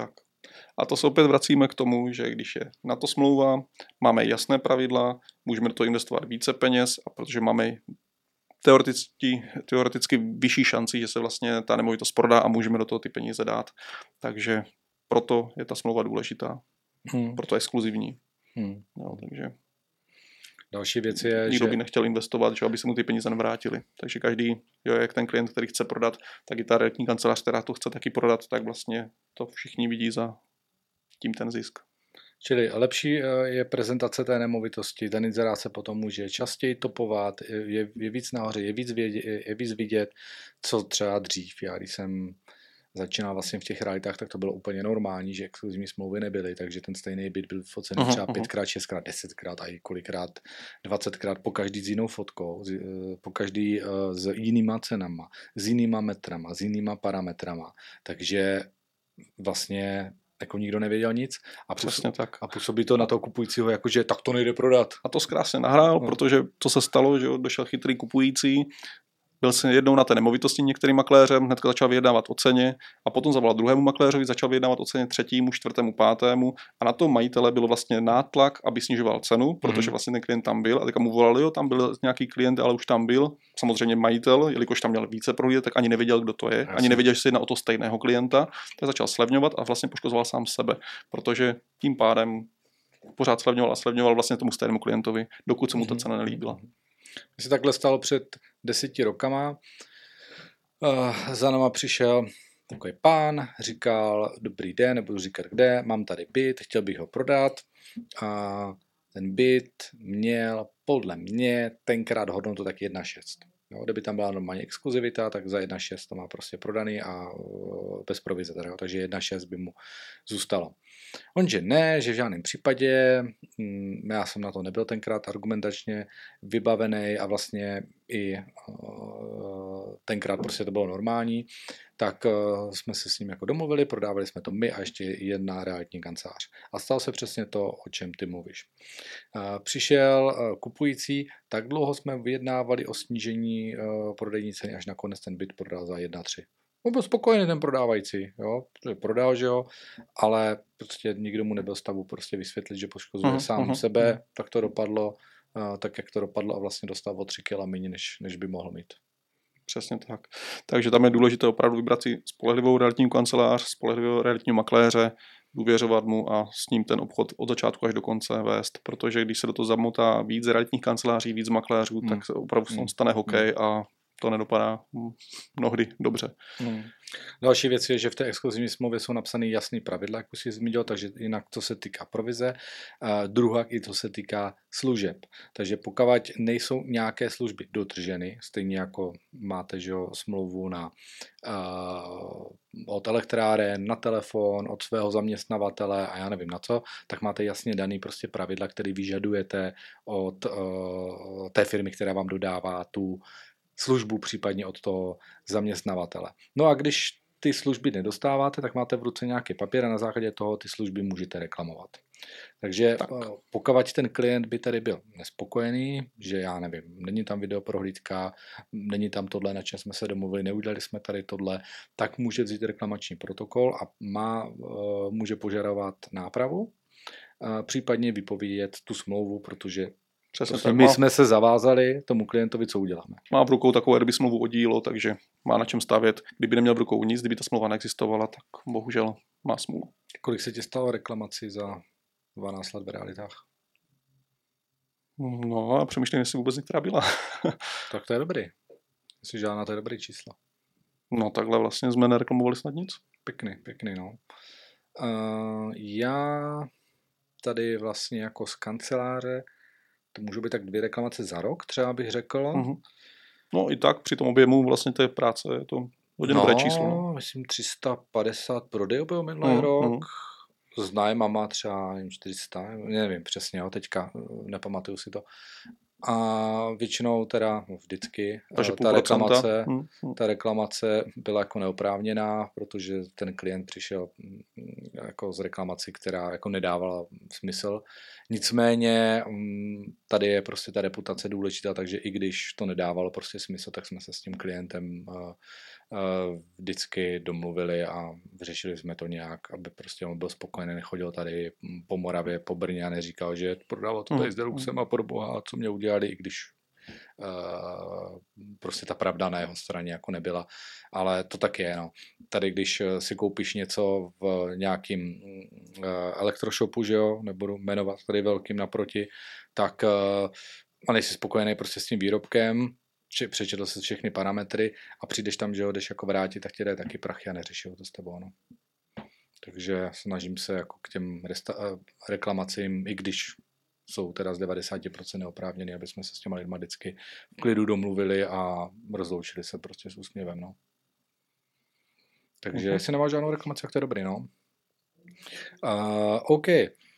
A to se opět vracíme k tomu, že když je na to smlouva, máme jasné pravidla, můžeme do toho investovat více peněz a protože máme teoreticky, teoreticky vyšší šanci, že se vlastně ta nemovitost prodá a můžeme do toho ty peníze dát. Takže proto je ta smlouva důležitá. Hmm. Proto je exkluzivní. Hmm. No, takže další věc je, nikdo že... by nechtěl investovat, že aby se mu ty peníze nevrátily. Takže každý, jo, jak ten klient, který chce prodat, tak i ta realitní kancelář, která to chce taky prodat, tak vlastně to všichni vidí za tím ten zisk. Čili lepší je prezentace té nemovitosti, ten inzerát se potom může častěji topovat, je, je víc nahoře, je víc, vědět, je víc vidět, co třeba dřív. Já když jsem začínal vlastně v těch realitách, tak to bylo úplně normální, že exkluzivní smlouvy nebyly, takže ten stejný byt byl focený uh-huh, třeba pětkrát, šestkrát, desetkrát a i kolikrát dvacetkrát po každý s jinou fotkou, po každý s jinýma cenama, s jinýma metrama, s jinýma parametrama. Takže vlastně jako nikdo nevěděl nic a, Přesně působí, tak. a působí to na toho kupujícího, jakože tak to nejde prodat. A to zkrásně nahrál, no. Protože to se stalo, že došel chytrý kupující, byl jsem jednou na té nemovitosti některým makléřem, hnedka začal vyjednávat o ceně a potom zavolal druhému makléřovi, začal vyjednávat o ceně třetímu, čtvrtému, pátému a na tom majitele bylo vlastně nátlak, aby snižoval cenu, protože vlastně ten klient tam byl a teďka mu volali, jo, tam byl nějaký klient, ale už tam byl, samozřejmě majitel, jelikož tam měl více prohlídek, tak ani nevěděl, kdo to je, Jasně. ani nevěděl, že se jedná o to stejného klienta, tak začal slevňovat a vlastně poškozoval sám sebe, protože tím pádem pořád slevňoval a slevňoval vlastně tomu stejnému klientovi, dokud se mu ta cena nelíbila. Mně se takhle stalo před deseti rokama. Uh, za náma přišel takový pán, říkal, dobrý den, nebudu říkat kde, mám tady byt, chtěl bych ho prodat. A ten byt měl podle mě tenkrát hodnotu tak jedna celá šest. Jo, kdyby tam byla normálně exkluzivita, tak za jedna celá šest to má prostě prodaný a bez provize, teda, jo, takže jedna celá šest by mu zůstalo. On, že ne, že v žádném případě, já jsem na to nebyl tenkrát argumentačně vybavený a vlastně i tenkrát prostě to bylo normální, tak jsme se s ním jako domluvili, prodávali jsme to my a ještě jedna realitní kancelář. A stalo se přesně to, o čem ty mluvíš. Přišel kupující, tak dlouho jsme vyjednávali o snížení prodejní ceny, až nakonec ten byt prodal za jedna celá tři. On byl spokojený ten prodávající, jo, prodal, že jo, ale prostě nikdo mu nebyl stavu prostě vysvětlit, že poškozuje uh-huh, sám uh-huh, sebe, uh-huh. tak to dopadlo, uh, tak jak to dopadlo a vlastně dostal o tři kila méně, než, než by mohl mít. Přesně tak. Takže tam je důležité opravdu vybrat si spolehlivou realitní kancelář, spolehlivého realitního makléře, důvěřovat mu a s ním ten obchod od začátku až do konce vést, protože když se do toho zamotá víc realitních kanceláří, víc makléřů, hmm. tak se opravdu hmm. stane hokej hmm. a to nedopadá mnohdy dobře. Hmm. Další věc je, že v té exkluzivní smlouvě jsou napsané jasné pravidla, jak už jsi zmínil, takže jinak to se týká provize, a druhá i to se týká služeb. Takže pokud nejsou nějaké služby dodrženy, stejně jako máte že jo, smlouvu na, uh, od elektráren, na telefon, od svého zaměstnavatele a já nevím na co, tak máte jasně daný prostě pravidla, které vyžadujete od uh, té firmy, která vám dodává tu službu, případně od toho zaměstnavatele. No a když ty služby nedostáváte, tak máte v ruce nějaký papír a na základě toho ty služby můžete reklamovat. Takže tak. Pokud ten klient by tady byl nespokojený, že já nevím, není tam videoprohlídka, není tam tohle, na čem jsme se domluvili, neudělali jsme tady tohle, tak může vzít reklamační protokol a má, může požadovat nápravu, případně vypovědět tu smlouvu, protože Prostě my má, jsme se zavázali tomu klientovi, co uděláme. Má v rukou takovou kdyby smlouvu o dílo, takže má na čem stavět. Kdyby neměl v rukou nic, kdyby ta smlouva neexistovala, tak bohužel má smůlu. Kolik se ti stalo reklamací za dvanáct let v realitách? No a přemýšlím, jestli vůbec některá byla. Tak to je dobrý. Jestli žádná, to je dobrý číslo. No takhle vlastně jsme nereklamovali snad nic. Pěkný, pěkný, no. Uh, já tady vlastně jako z kanceláře to můžou být tak dvě reklamace za rok, třeba bych řekl. Uh-huh. No i tak při tom objemu vlastně té práce je to hodně no, dobré číslo. No, myslím tři sta padesát prodejů byl minulý uh-huh. rok. S nájmama třeba čtyři sta, nevím přesně, jo, teďka nepamatuju si to. a většinou teda, no vždycky, Takže ta reklamace, hmm, hmm. ta reklamace byla jako neoprávněná, protože ten klient přišel jako z reklamací, která jako nedávala smysl. Nicméně tady je prostě ta reputace důležitá, takže i když to nedávalo prostě smysl, tak jsme se s tím klientem vždycky domluvili a vyřešili jsme to nějak, aby prostě on byl spokojený, nechodil tady po Moravě, po Brně a neříkal, že prodával to tady s Deluxem a pro boha, co mě udělali, i když uh, prostě ta pravda na jeho straně jako nebyla, ale to tak je, no. Tady, když si koupíš něco v nějakým uh, elektroshopu, že jo, nebudu jmenovat tady velkým naproti, tak uh, a nejsi spokojený prostě s tím výrobkem, přečetl si všechny parametry a přijdeš tam, že ho jdeš jako vrátit, tak ti dají taky prachy a neřeší to s tebou. No. Takže snažím se jako k těm resta- reklamacím, i když jsou teda z devadesát procent neoprávněný, aby jsme se s těma lidma vždycky v klidu domluvili a rozloučili se prostě s úsměvem. No. Takže uh-huh. jestli nemáš žádnou reklamaci, tak to je dobrý. No. Uh, OK.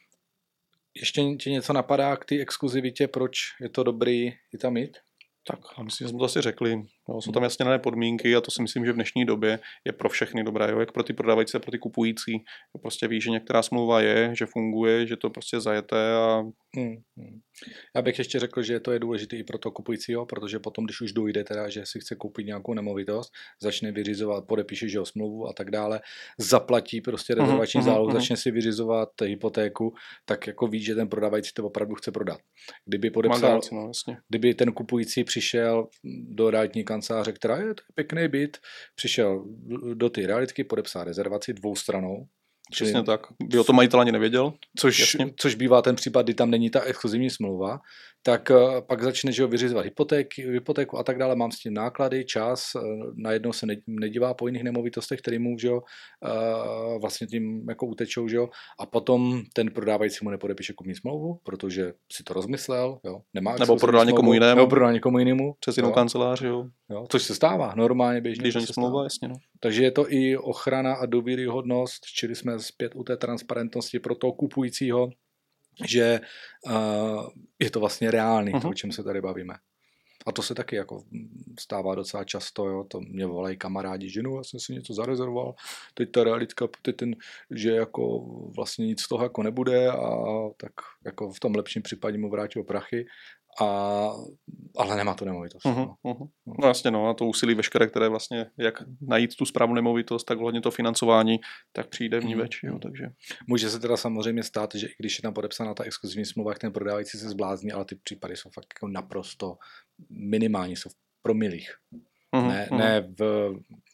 Ještě ti něco napadá k té exkluzivitě, proč je to dobrý je tam mít? Tak, a myslím, že jsme to asi řekli. No, jsou tam jasně dané podmínky a to si myslím, že v dnešní době je pro všechny dobré, jo? Jak pro ty prodávající a pro ty kupující. Prostě ví, že některá smlouva je, že funguje, že to prostě zajeté a... Hmm, hmm. Já bych ještě řekl, že to je důležité i pro toho kupujícího, protože potom, když už dojde teda, že si chce koupit nějakou nemovitost, začne vyřizovat, podepíše, že ho smlouvu a tak dále, zaplatí prostě rezervační uh-huh, zálohu, uh-huh. začne si vyřizovat hypotéku, tak jako ví, že ten prodávající to opravdu chce prodat. Kdyby podepsal, Mandáci, no, kdyby ten kupující přišel do realitní kanceláře, která je, to je pěkný byt, přišel do ty realitky, podepsal rezervaci dvoustranou. Přesně tak. By o tom majitel ani nevěděl. Což, což bývá ten případ, kdy tam není ta exkluzivní smlouva, tak uh, pak začne, že ho vyřizovat hypotéky, hypotéku a tak dále, mám s tím náklady, čas, uh, najednou se nedívá po jiných nemovitostech, který mu, že jo, uh, vlastně tím jako utečou, že jo, a potom ten prodávající mu nepodepíše kupní smlouvu, protože si to rozmyslel, jo, nemá nebo prodal někomu jinému. Nebo prodal někomu jinému. Přes jinou kancelář, jo. jo. Což se stává, normálně běžně. Když není smlouva, jasně, no. Takže je to i ochrana a důvěryhodnost, čili jsme zpět u té transparentnosti pro toho kupujícího, že uh, je to vlastně reálný, uh-huh. to, o čem se tady bavíme. A to se taky jako stává docela často, jo, to mě volají kamarádi, že no, já jsem si něco zarezervoval, teď ta realitka, teď ten, že jako vlastně nic z toho jako nebude a tak jako v tom lepším případě mu vrátil prachy, a, ale nemá to nemovitost. Uh-huh, no. Uh-huh. no jasně, no a to úsilí veškeré, které vlastně, jak najít tu správnou nemovitost, tak hlavně to financování, tak přijde v ní več, jo, takže. Může se teda samozřejmě stát, že i když je tam podepsána ta exkluzivní smlouva, ten prodávající se zblázní, ale ty případy jsou fakt jako naprosto minimální, jsou v promilích. Uh-huh, ne, uh-huh. ne v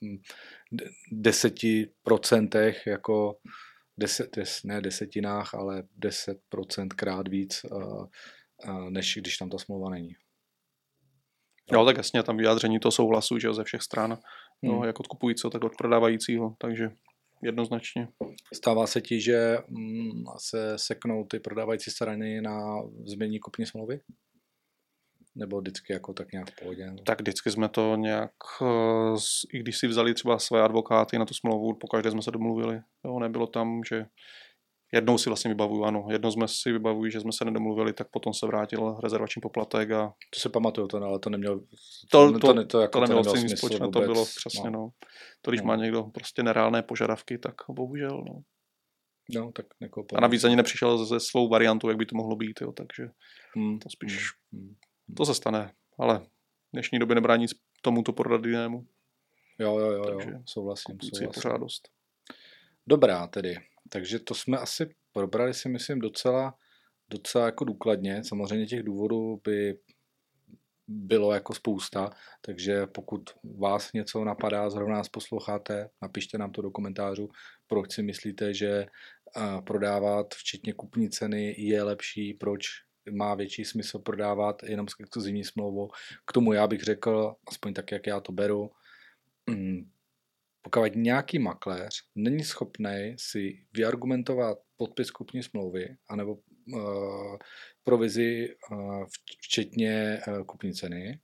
deseti procentech jako deset, ne desetinách, ale deset procent krát víc uh, než když tam ta smlouva není. Jo, tak jasně, tam vyjádření toho souhlasu, že jo, ze všech stran, hmm. no, jak od kupujícího, tak od prodávajícího, takže jednoznačně. Stává se ti, že mm, se seknou ty prodávající strany na změní kupní smlouvy? Nebo vždycky jako tak nějak v pohodě? Tak vždycky jsme to nějak, i když si vzali třeba své advokáty na tu smlouvu, pokaždé jsme se domluvili. Jo, nebylo tam, že jednou si vlastně vybavuju, ano. Jednou jsme si vybavují, že jsme se nedomluvili, tak potom se vrátil rezervační poplatek a... To se pamatuju, to, ale to nemělo... To, to, to, to, jako to nemělo, nemělo smysl společné, to bylo přesně, no. no. To, když no. má někdo prostě nereálné požadavky, tak bohužel, no. No, tak jako a navíc ani nepřišel ze svou variantu, jak by to mohlo být, jo, takže hmm. to spíš... Hmm. To se stane, ale v dnešní době nebrání nic tomuto prodat jinému. Jo, jo, jo, jo. souhlasím. souhlasím. Pořád dost. Dobrá tedy. Takže to jsme asi probrali si myslím docela, docela jako důkladně. Samozřejmě těch důvodů by bylo jako spousta, takže pokud vás něco napadá, zrovna nás posloucháte, napište nám to do komentářů, proč si myslíte, že prodávat včetně kupní ceny je lepší, proč má větší smysl prodávat jenom s exkluzivní smlouvou. K tomu já bych řekl, aspoň tak, jak já to beru, pokud nějaký makléř není schopný si vyargumentovat podpis kupní smlouvy anebo uh, provizi uh, včetně uh, kupní ceny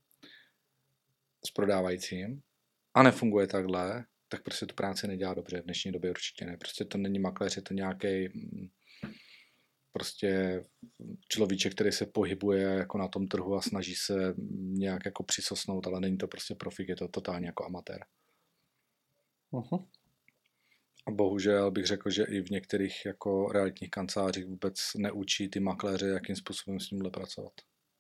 s prodávajícím a nefunguje takhle, tak prostě tu práci nedělá dobře. V dnešní době určitě ne. Prostě to není makléř, je to nějaký prostě človíček, který se pohybuje jako na tom trhu a snaží se nějak jako přisosnout, ale není to prostě profik, je to totálně jako amatér. Uh-huh. A bohužel bych řekl, že i v některých jako realitních kancelářích vůbec neučí ty makléře, jakým způsobem s tímhle pracovat.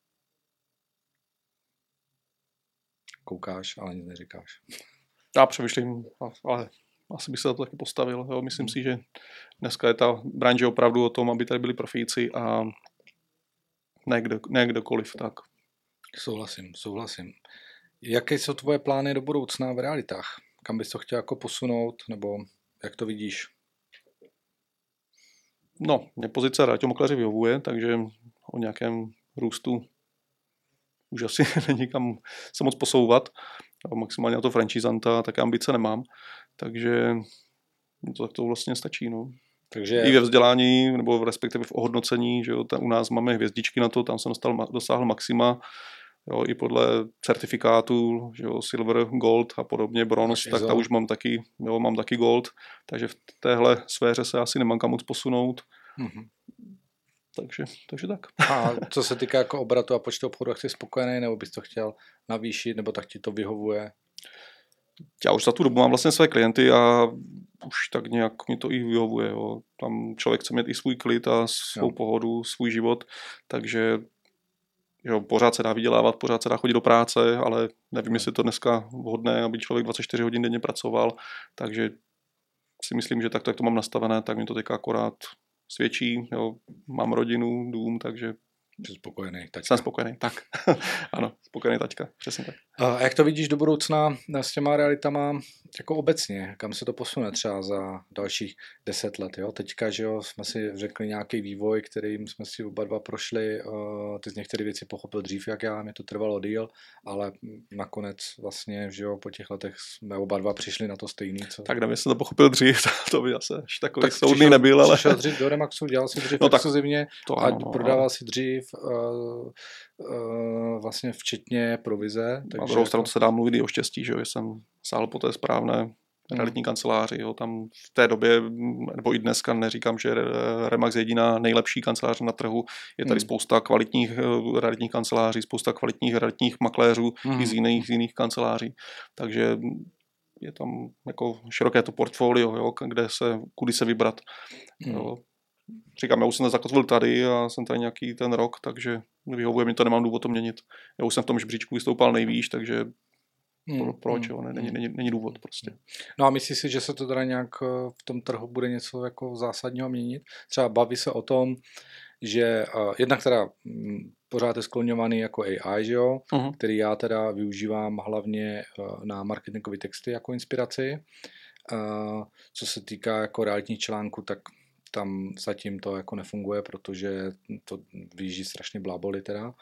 Koukáš, ale nic neříkáš. Já přemýšlím, ale asi bych se za to taky postavil. Jo. Myslím hmm. si, že dneska je ta branže opravdu o tom, aby tady byli profíci a ne, kdo, ne kdokoliv. Tak. Souhlasím, souhlasím. Jaké jsou tvoje plány do budoucna v realitách? Kam bys to chtěl jako posunout, nebo jak to vidíš? No, mě pozice realitiomakléře vyhovuje, takže o nějakém růstu už asi není kam se moc posouvat. A maximálně na to franchisanta také ambice nemám. Takže to tak to vlastně stačí. No. Takže... I ve vzdělání, nebo respektive v ohodnocení, že jo, tam u nás máme hvězdičky na to, tam jsem dostal, dosáhl maxima. Jo, i podle certifikátů, že jo, silver, gold a podobně, bronze, tak tam už mám taky, jo, mám taky gold, takže v téhle sféře se asi nemám kam moc posunout. Mm-hmm. Takže, takže tak. A co se týká jako obratu a počtu obchodů, jsi spokojený, nebo bys to chtěl navýšit, nebo tak ti to vyhovuje? Já už za tu dobu mám vlastně své klienty a už tak nějak mi to i vyhovuje. Jo. Tam člověk chce mít i svůj klid a svou jo. pohodu, svůj život, takže jo, pořád se dá vydělávat, pořád se dá chodit do práce, ale nevím, jestli to dneska vhodné, aby člověk dvacet čtyři hodin denně pracoval, takže si myslím, že tak, tak to mám nastavené, tak mi to teďka akorát svědčí, jo, mám rodinu, dům, takže Jsi spokojený taťka. Jsem spokojený, tak. Ano, spokojený taťka, přesně tak. A jak to vidíš do budoucna s těma realitama jako obecně? Kam se to posune třeba za dalších deset let? Jo? Teďka, že jo, jsme si řekli nějaký vývoj, kterým jsme si oba dva prošli. Ty z některé věci pochopil dřív, jak já, mě to trvalo díl, ale nakonec vlastně, že jo, po těch letech jsme oba dva přišli na to stejný. Co... Tak nevím, jestli to pochopil dřív, to by asi až takový tak soudný nebyl, ale... Přišel dřív do Remaxu, dělal si dřív no exkluzivně to a ano, no, prodával ale... si dřív uh, uh, vlastně včetně provize. Na druhou stranu to se dá mluvit i o štěstí, že jo, jsem sáhl po té správné realitní kanceláři, jo, tam v té době, nebo i dneska neříkám, že Remax je jediná nejlepší kancelář na trhu, je tady hmm. spousta kvalitních realitních kanceláří, spousta kvalitních realitních makléřů hmm. i z jiných, z jiných kanceláří, takže je tam jako široké to portfolio, jo, kde se, kudy se vybrat. Hmm. Jo. Říkám, já už jsem zakotvil tady a jsem tady nějaký ten rok, takže vyhovuje mi to, nemám důvod to měnit. Já už jsem v tom žebříčku vystoupal nejvýš, takže Hmm. proč, jo? Není, není, není důvod prostě. No a myslíš si, že se to teda nějak v tom trhu bude něco jako zásadního měnit? Třeba baví se o tom, že uh, jednak teda m, pořád je skloňovaný jako A I, že jo? Uh-huh. Který já teda využívám hlavně uh, na marketingové texty jako inspiraci. Uh, co se týká jako realitních článků, tak tam zatím to jako nefunguje, protože to vyjíždí strašně bláboli teda.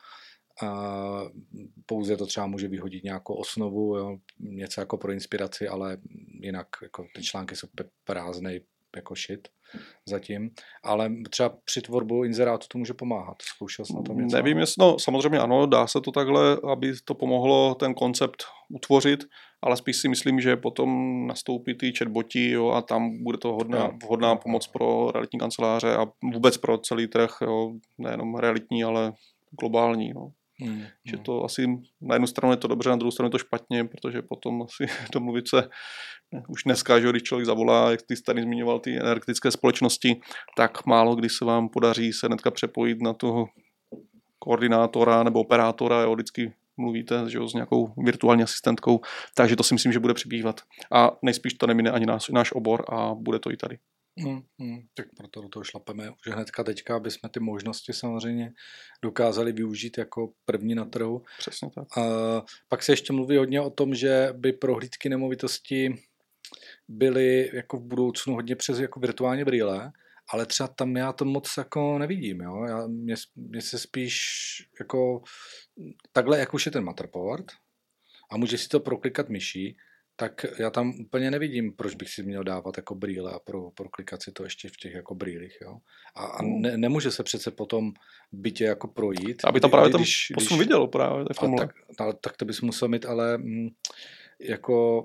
A pouze to třeba může vyhodit nějakou osnovu, jo, něco jako pro inspiraci, ale jinak jako ty články jsou prázdnej jako shit zatím. Ale třeba při tvorbu inzerátu to může pomáhat. Zkoušel jsi na tom něco? Nevím, jestli, no samozřejmě ano, dá se to takhle, aby to pomohlo ten koncept utvořit, ale spíš si myslím, že potom nastoupí ty chatboti, jo, a tam bude to hodná, vhodná pomoc pro realitní kanceláře a vůbec pro celý trh, jo, nejenom realitní, ale globální, no. Hmm, že to asi na jednu stranu je to dobře, na druhou stranu je to špatně, protože potom asi domluvit se ne, už dneska, že když člověk zavolá, jak ty jsi tady zmiňoval ty energetické společnosti, tak málo kdy se vám podaří se hnedka přepojit na toho koordinátora nebo operátora, jo, vždycky mluvíte, že jo, s nějakou virtuální asistentkou, takže to si myslím, že bude přibývat. A nejspíš to nemine ani náš, náš obor a bude to i tady. Hmm, hmm, tak proto do toho šlapeme už hnedka teďka, aby jsme ty možnosti samozřejmě dokázali využít jako první na trhu. Přesně tak. A pak se ještě mluví hodně o tom, že by prohlídky nemovitosti byly jako v budoucnu hodně přes jako virtuální brýle, ale třeba tam já to moc jako nevidím. Jo? Já, mě, mě se spíš jako takhle, jak už je ten Matterport a může si to proklikat myší, tak já tam úplně nevidím, proč bych si měl dávat jako brýle a pro, proklikat si to ještě v těch jako brýlích, jo. A, a ne, nemůže se přece potom bytě jako projít. Aby tam právě když, tam posun viděl právě v tomhle. Tak, ale, tak to bys musel mít ale mm, jako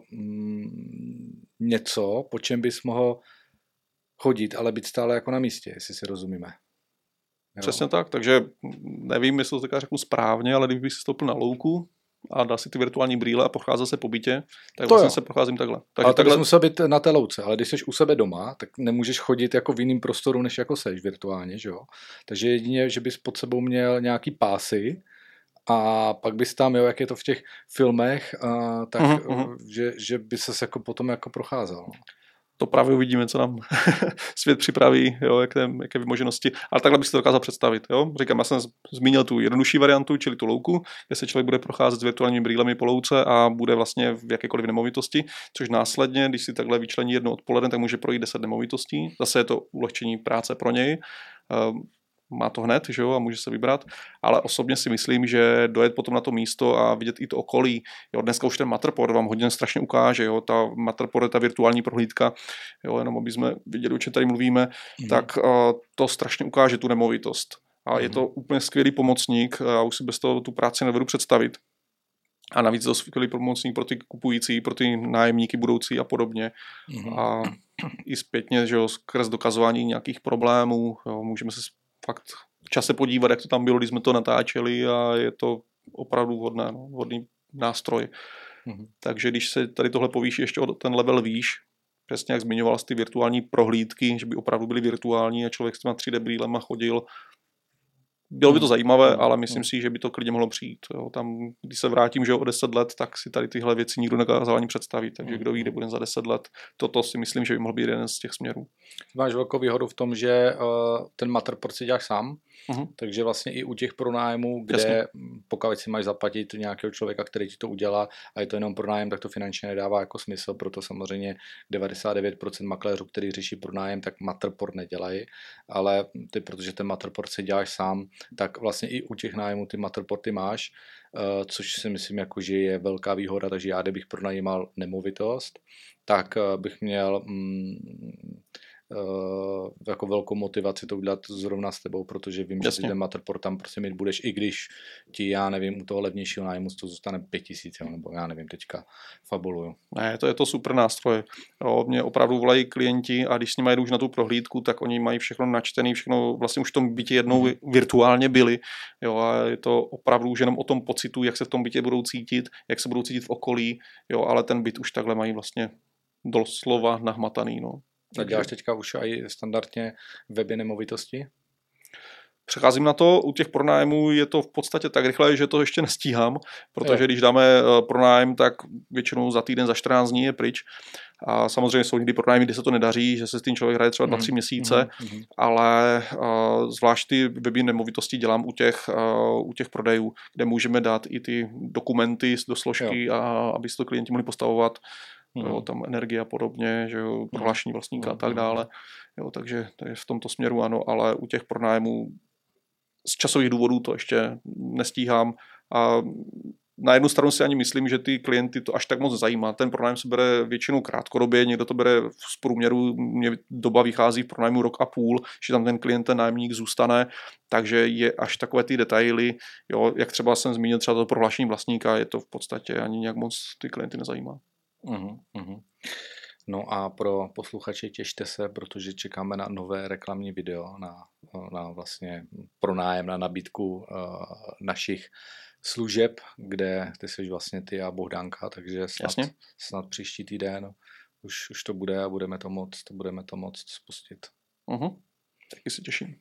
mm, něco, po čem bys mohl chodit, ale být stále jako na místě, jestli si rozumíme. Přesně tak, takže nevím, jestli to teďka řeknu správně, ale kdybych si stoupil na louku a dal si ty virtuální brýle a procházel se po bytě, tak to vlastně jo. se procházím takhle. Takže ale takhle... musel být na té louce, ale když jsi u sebe doma, tak nemůžeš chodit jako v jiném prostoru, než jako seš virtuálně, že jo? Takže jedině, že bys pod sebou měl nějaký pásy a pak bys tam, jo, jak je to v těch filmech, a, tak uh-huh. že, že by ses jako potom jako procházel. To právě uvidíme, co nám svět připraví, jo, jaké, jaké vymoženosti. Ale takhle bych si to dokázal představit. Jo. Říkám, já jsem zmínil tu jednodušší variantu, čili tu louku, kde se člověk bude procházet s virtuálními brýlemi po louce a bude vlastně v jakékoliv nemovitosti, což následně, když si takhle vyčlení jedno odpoledne, tak může projít deset nemovitostí. Zase je to ulehčení práce pro něj. Má to hned, že jo, a může se vybrat, ale osobně si myslím, že dojet potom na to místo a vidět i to okolí. Jo, dneska už ten Matterport vám hodně strašně ukáže, jo, ta Matterport, ta virtuální prohlídka, jo, jenom aby jsme viděli, o čem tady mluvíme, mm. tak uh, to strašně ukáže tu nemovitost. A mm. je to úplně skvělý pomocník, a už si bez toho tu práci nevedu představit. A navíc je to skvělý pomocník pro ty kupující, pro ty nájemníky budoucí a podobně. Mm. A i zpětně, že jo, skrz dokazování nějakých problémů, jo, můžeme se fakt v čase podívat, jak to tam bylo, když jsme to natáčeli a je to opravdu vhodné, no, vhodný nástroj. Mm-hmm. Takže když se tady tohle povýší ještě o ten level výš, přesně jak zmiňoval ty virtuální prohlídky, že by opravdu byly virtuální a člověk s těma tři dé brýlema chodil, bylo by to zajímavé, ale myslím si, že by to klidně mohlo přijít. Jo. Tam, když se vrátím, že o deset let, tak si tady tyhle věci nikdo nedokázal ani představit. Takže kdo ví, kde bude za deset let. Toto si myslím, že by mohl být jeden z těch směrů. Máš velkou výhodu v tom, že uh, ten Matterport si děláš sám, uh-huh. takže vlastně i u těch pronájmů, kde Jasně. pokud si máš zaplatit nějakého člověka, který ti to udělá a je to jenom pronájem, tak to finančně nedává jako smysl, proto samozřejmě devadesát devět procent makléřů, který řeší pronájem, tak Matterport nedělají, ale ty, protože ten Matterport si děláš sám, tak vlastně i u těch nájmů ty Matterporty máš, uh, což si myslím, jako, že je velká výhoda, takže já, kdybych pronajímal nemovitost, tak uh, bych měl mm, uh, jako velkou motivaci to udělat zrovna s tebou, protože vím, Jasně. že ten Matterport tam prostě mít budeš, i když ti, já nevím, u toho levnějšího nájmu to zůstane pět tisíc, nebo já nevím, teďka fabuluju. Ne, to je to super nástroj. Jo, mě opravdu volají klienti a když s nimi jedu už na tu prohlídku, tak oni mají všechno načtený, všechno vlastně už v tom bytě jednou hmm. virtuálně byli. Jo, a je to opravdu už jenom o tom pocitu, jak se v tom bytě budou cítit, jak se budou cítit v okolí, jo, ale ten byt už takhle mají vlastně doslova nahmataný, no. A děláš teďka už i standardně weby nemovitosti? Přecházím na to, u těch pronájmů je to v podstatě tak rychle, že to ještě nestíhám, protože jo. když dáme pronájem, tak většinou za týden, za čtrnáct dní je pryč. A samozřejmě jsou někdy pronájmy, kdy se to nedaří, že se s tím člověk hraje třeba dva tři měsíce, mm-hmm. ale uh, zvlášť ty weby nemovitosti dělám u těch, uh, u těch prodejů, kde můžeme dát i ty dokumenty do složky, jo. a aby si to klienti mohli postavovat. Mm. Jo, tam energie a podobně, že jo, prohlášení vlastníka mm. a tak dále. Jo, takže, takže v tomto směru ano, ale u těch pronájmů z časových důvodů to ještě nestíhám. A na jednu stranu si ani myslím, že ty klienty to až tak moc zajímá. Ten pronájem se bere většinou krátkodobě, někdo to bere v průměru, mě doba vychází v pronájmu rok a půl, že tam ten klient, ten nájemník zůstane, takže je až takové ty detaily, jo, jak třeba jsem zmínil třeba to prohlášení vlastníka, je to v podstatě ani nějak moc ty klienty nezajímá. Uhum, uhum. No a pro posluchače těšte se, protože čekáme na nové reklamní video, na, na vlastně pronájem, na nabídku uh, našich služeb, kde ty jsi vlastně ty a Bohdánka, takže snad, snad příští týden už, už to bude a budeme to moct, to budeme to moct spustit. Uhum. Taky se těším.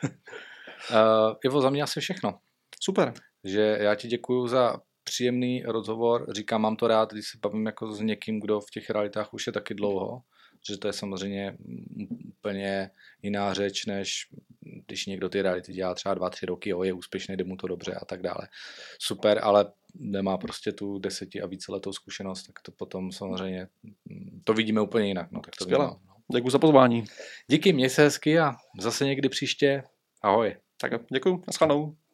uh, Ivo, za mě asi všechno. Super. Že já ti děkuju za příjemný rozhovor, říkám, mám to rád, když se bavím jako s někým, kdo v těch realitách už je taky dlouho, že to je samozřejmě úplně jiná řeč, než když někdo ty reality dělá třeba dva, tři roky, jo, je úspěšný, jde mu to dobře a tak dále. Super, ale nemá prostě tu deseti a více letou zkušenost, tak to potom samozřejmě to vidíme úplně jinak. No, tak to Skvěle. No. Děkuji za pozvání. Díky, měj se hezky a zase někdy příště. Ahoj. Tak děkuji, naschledanou.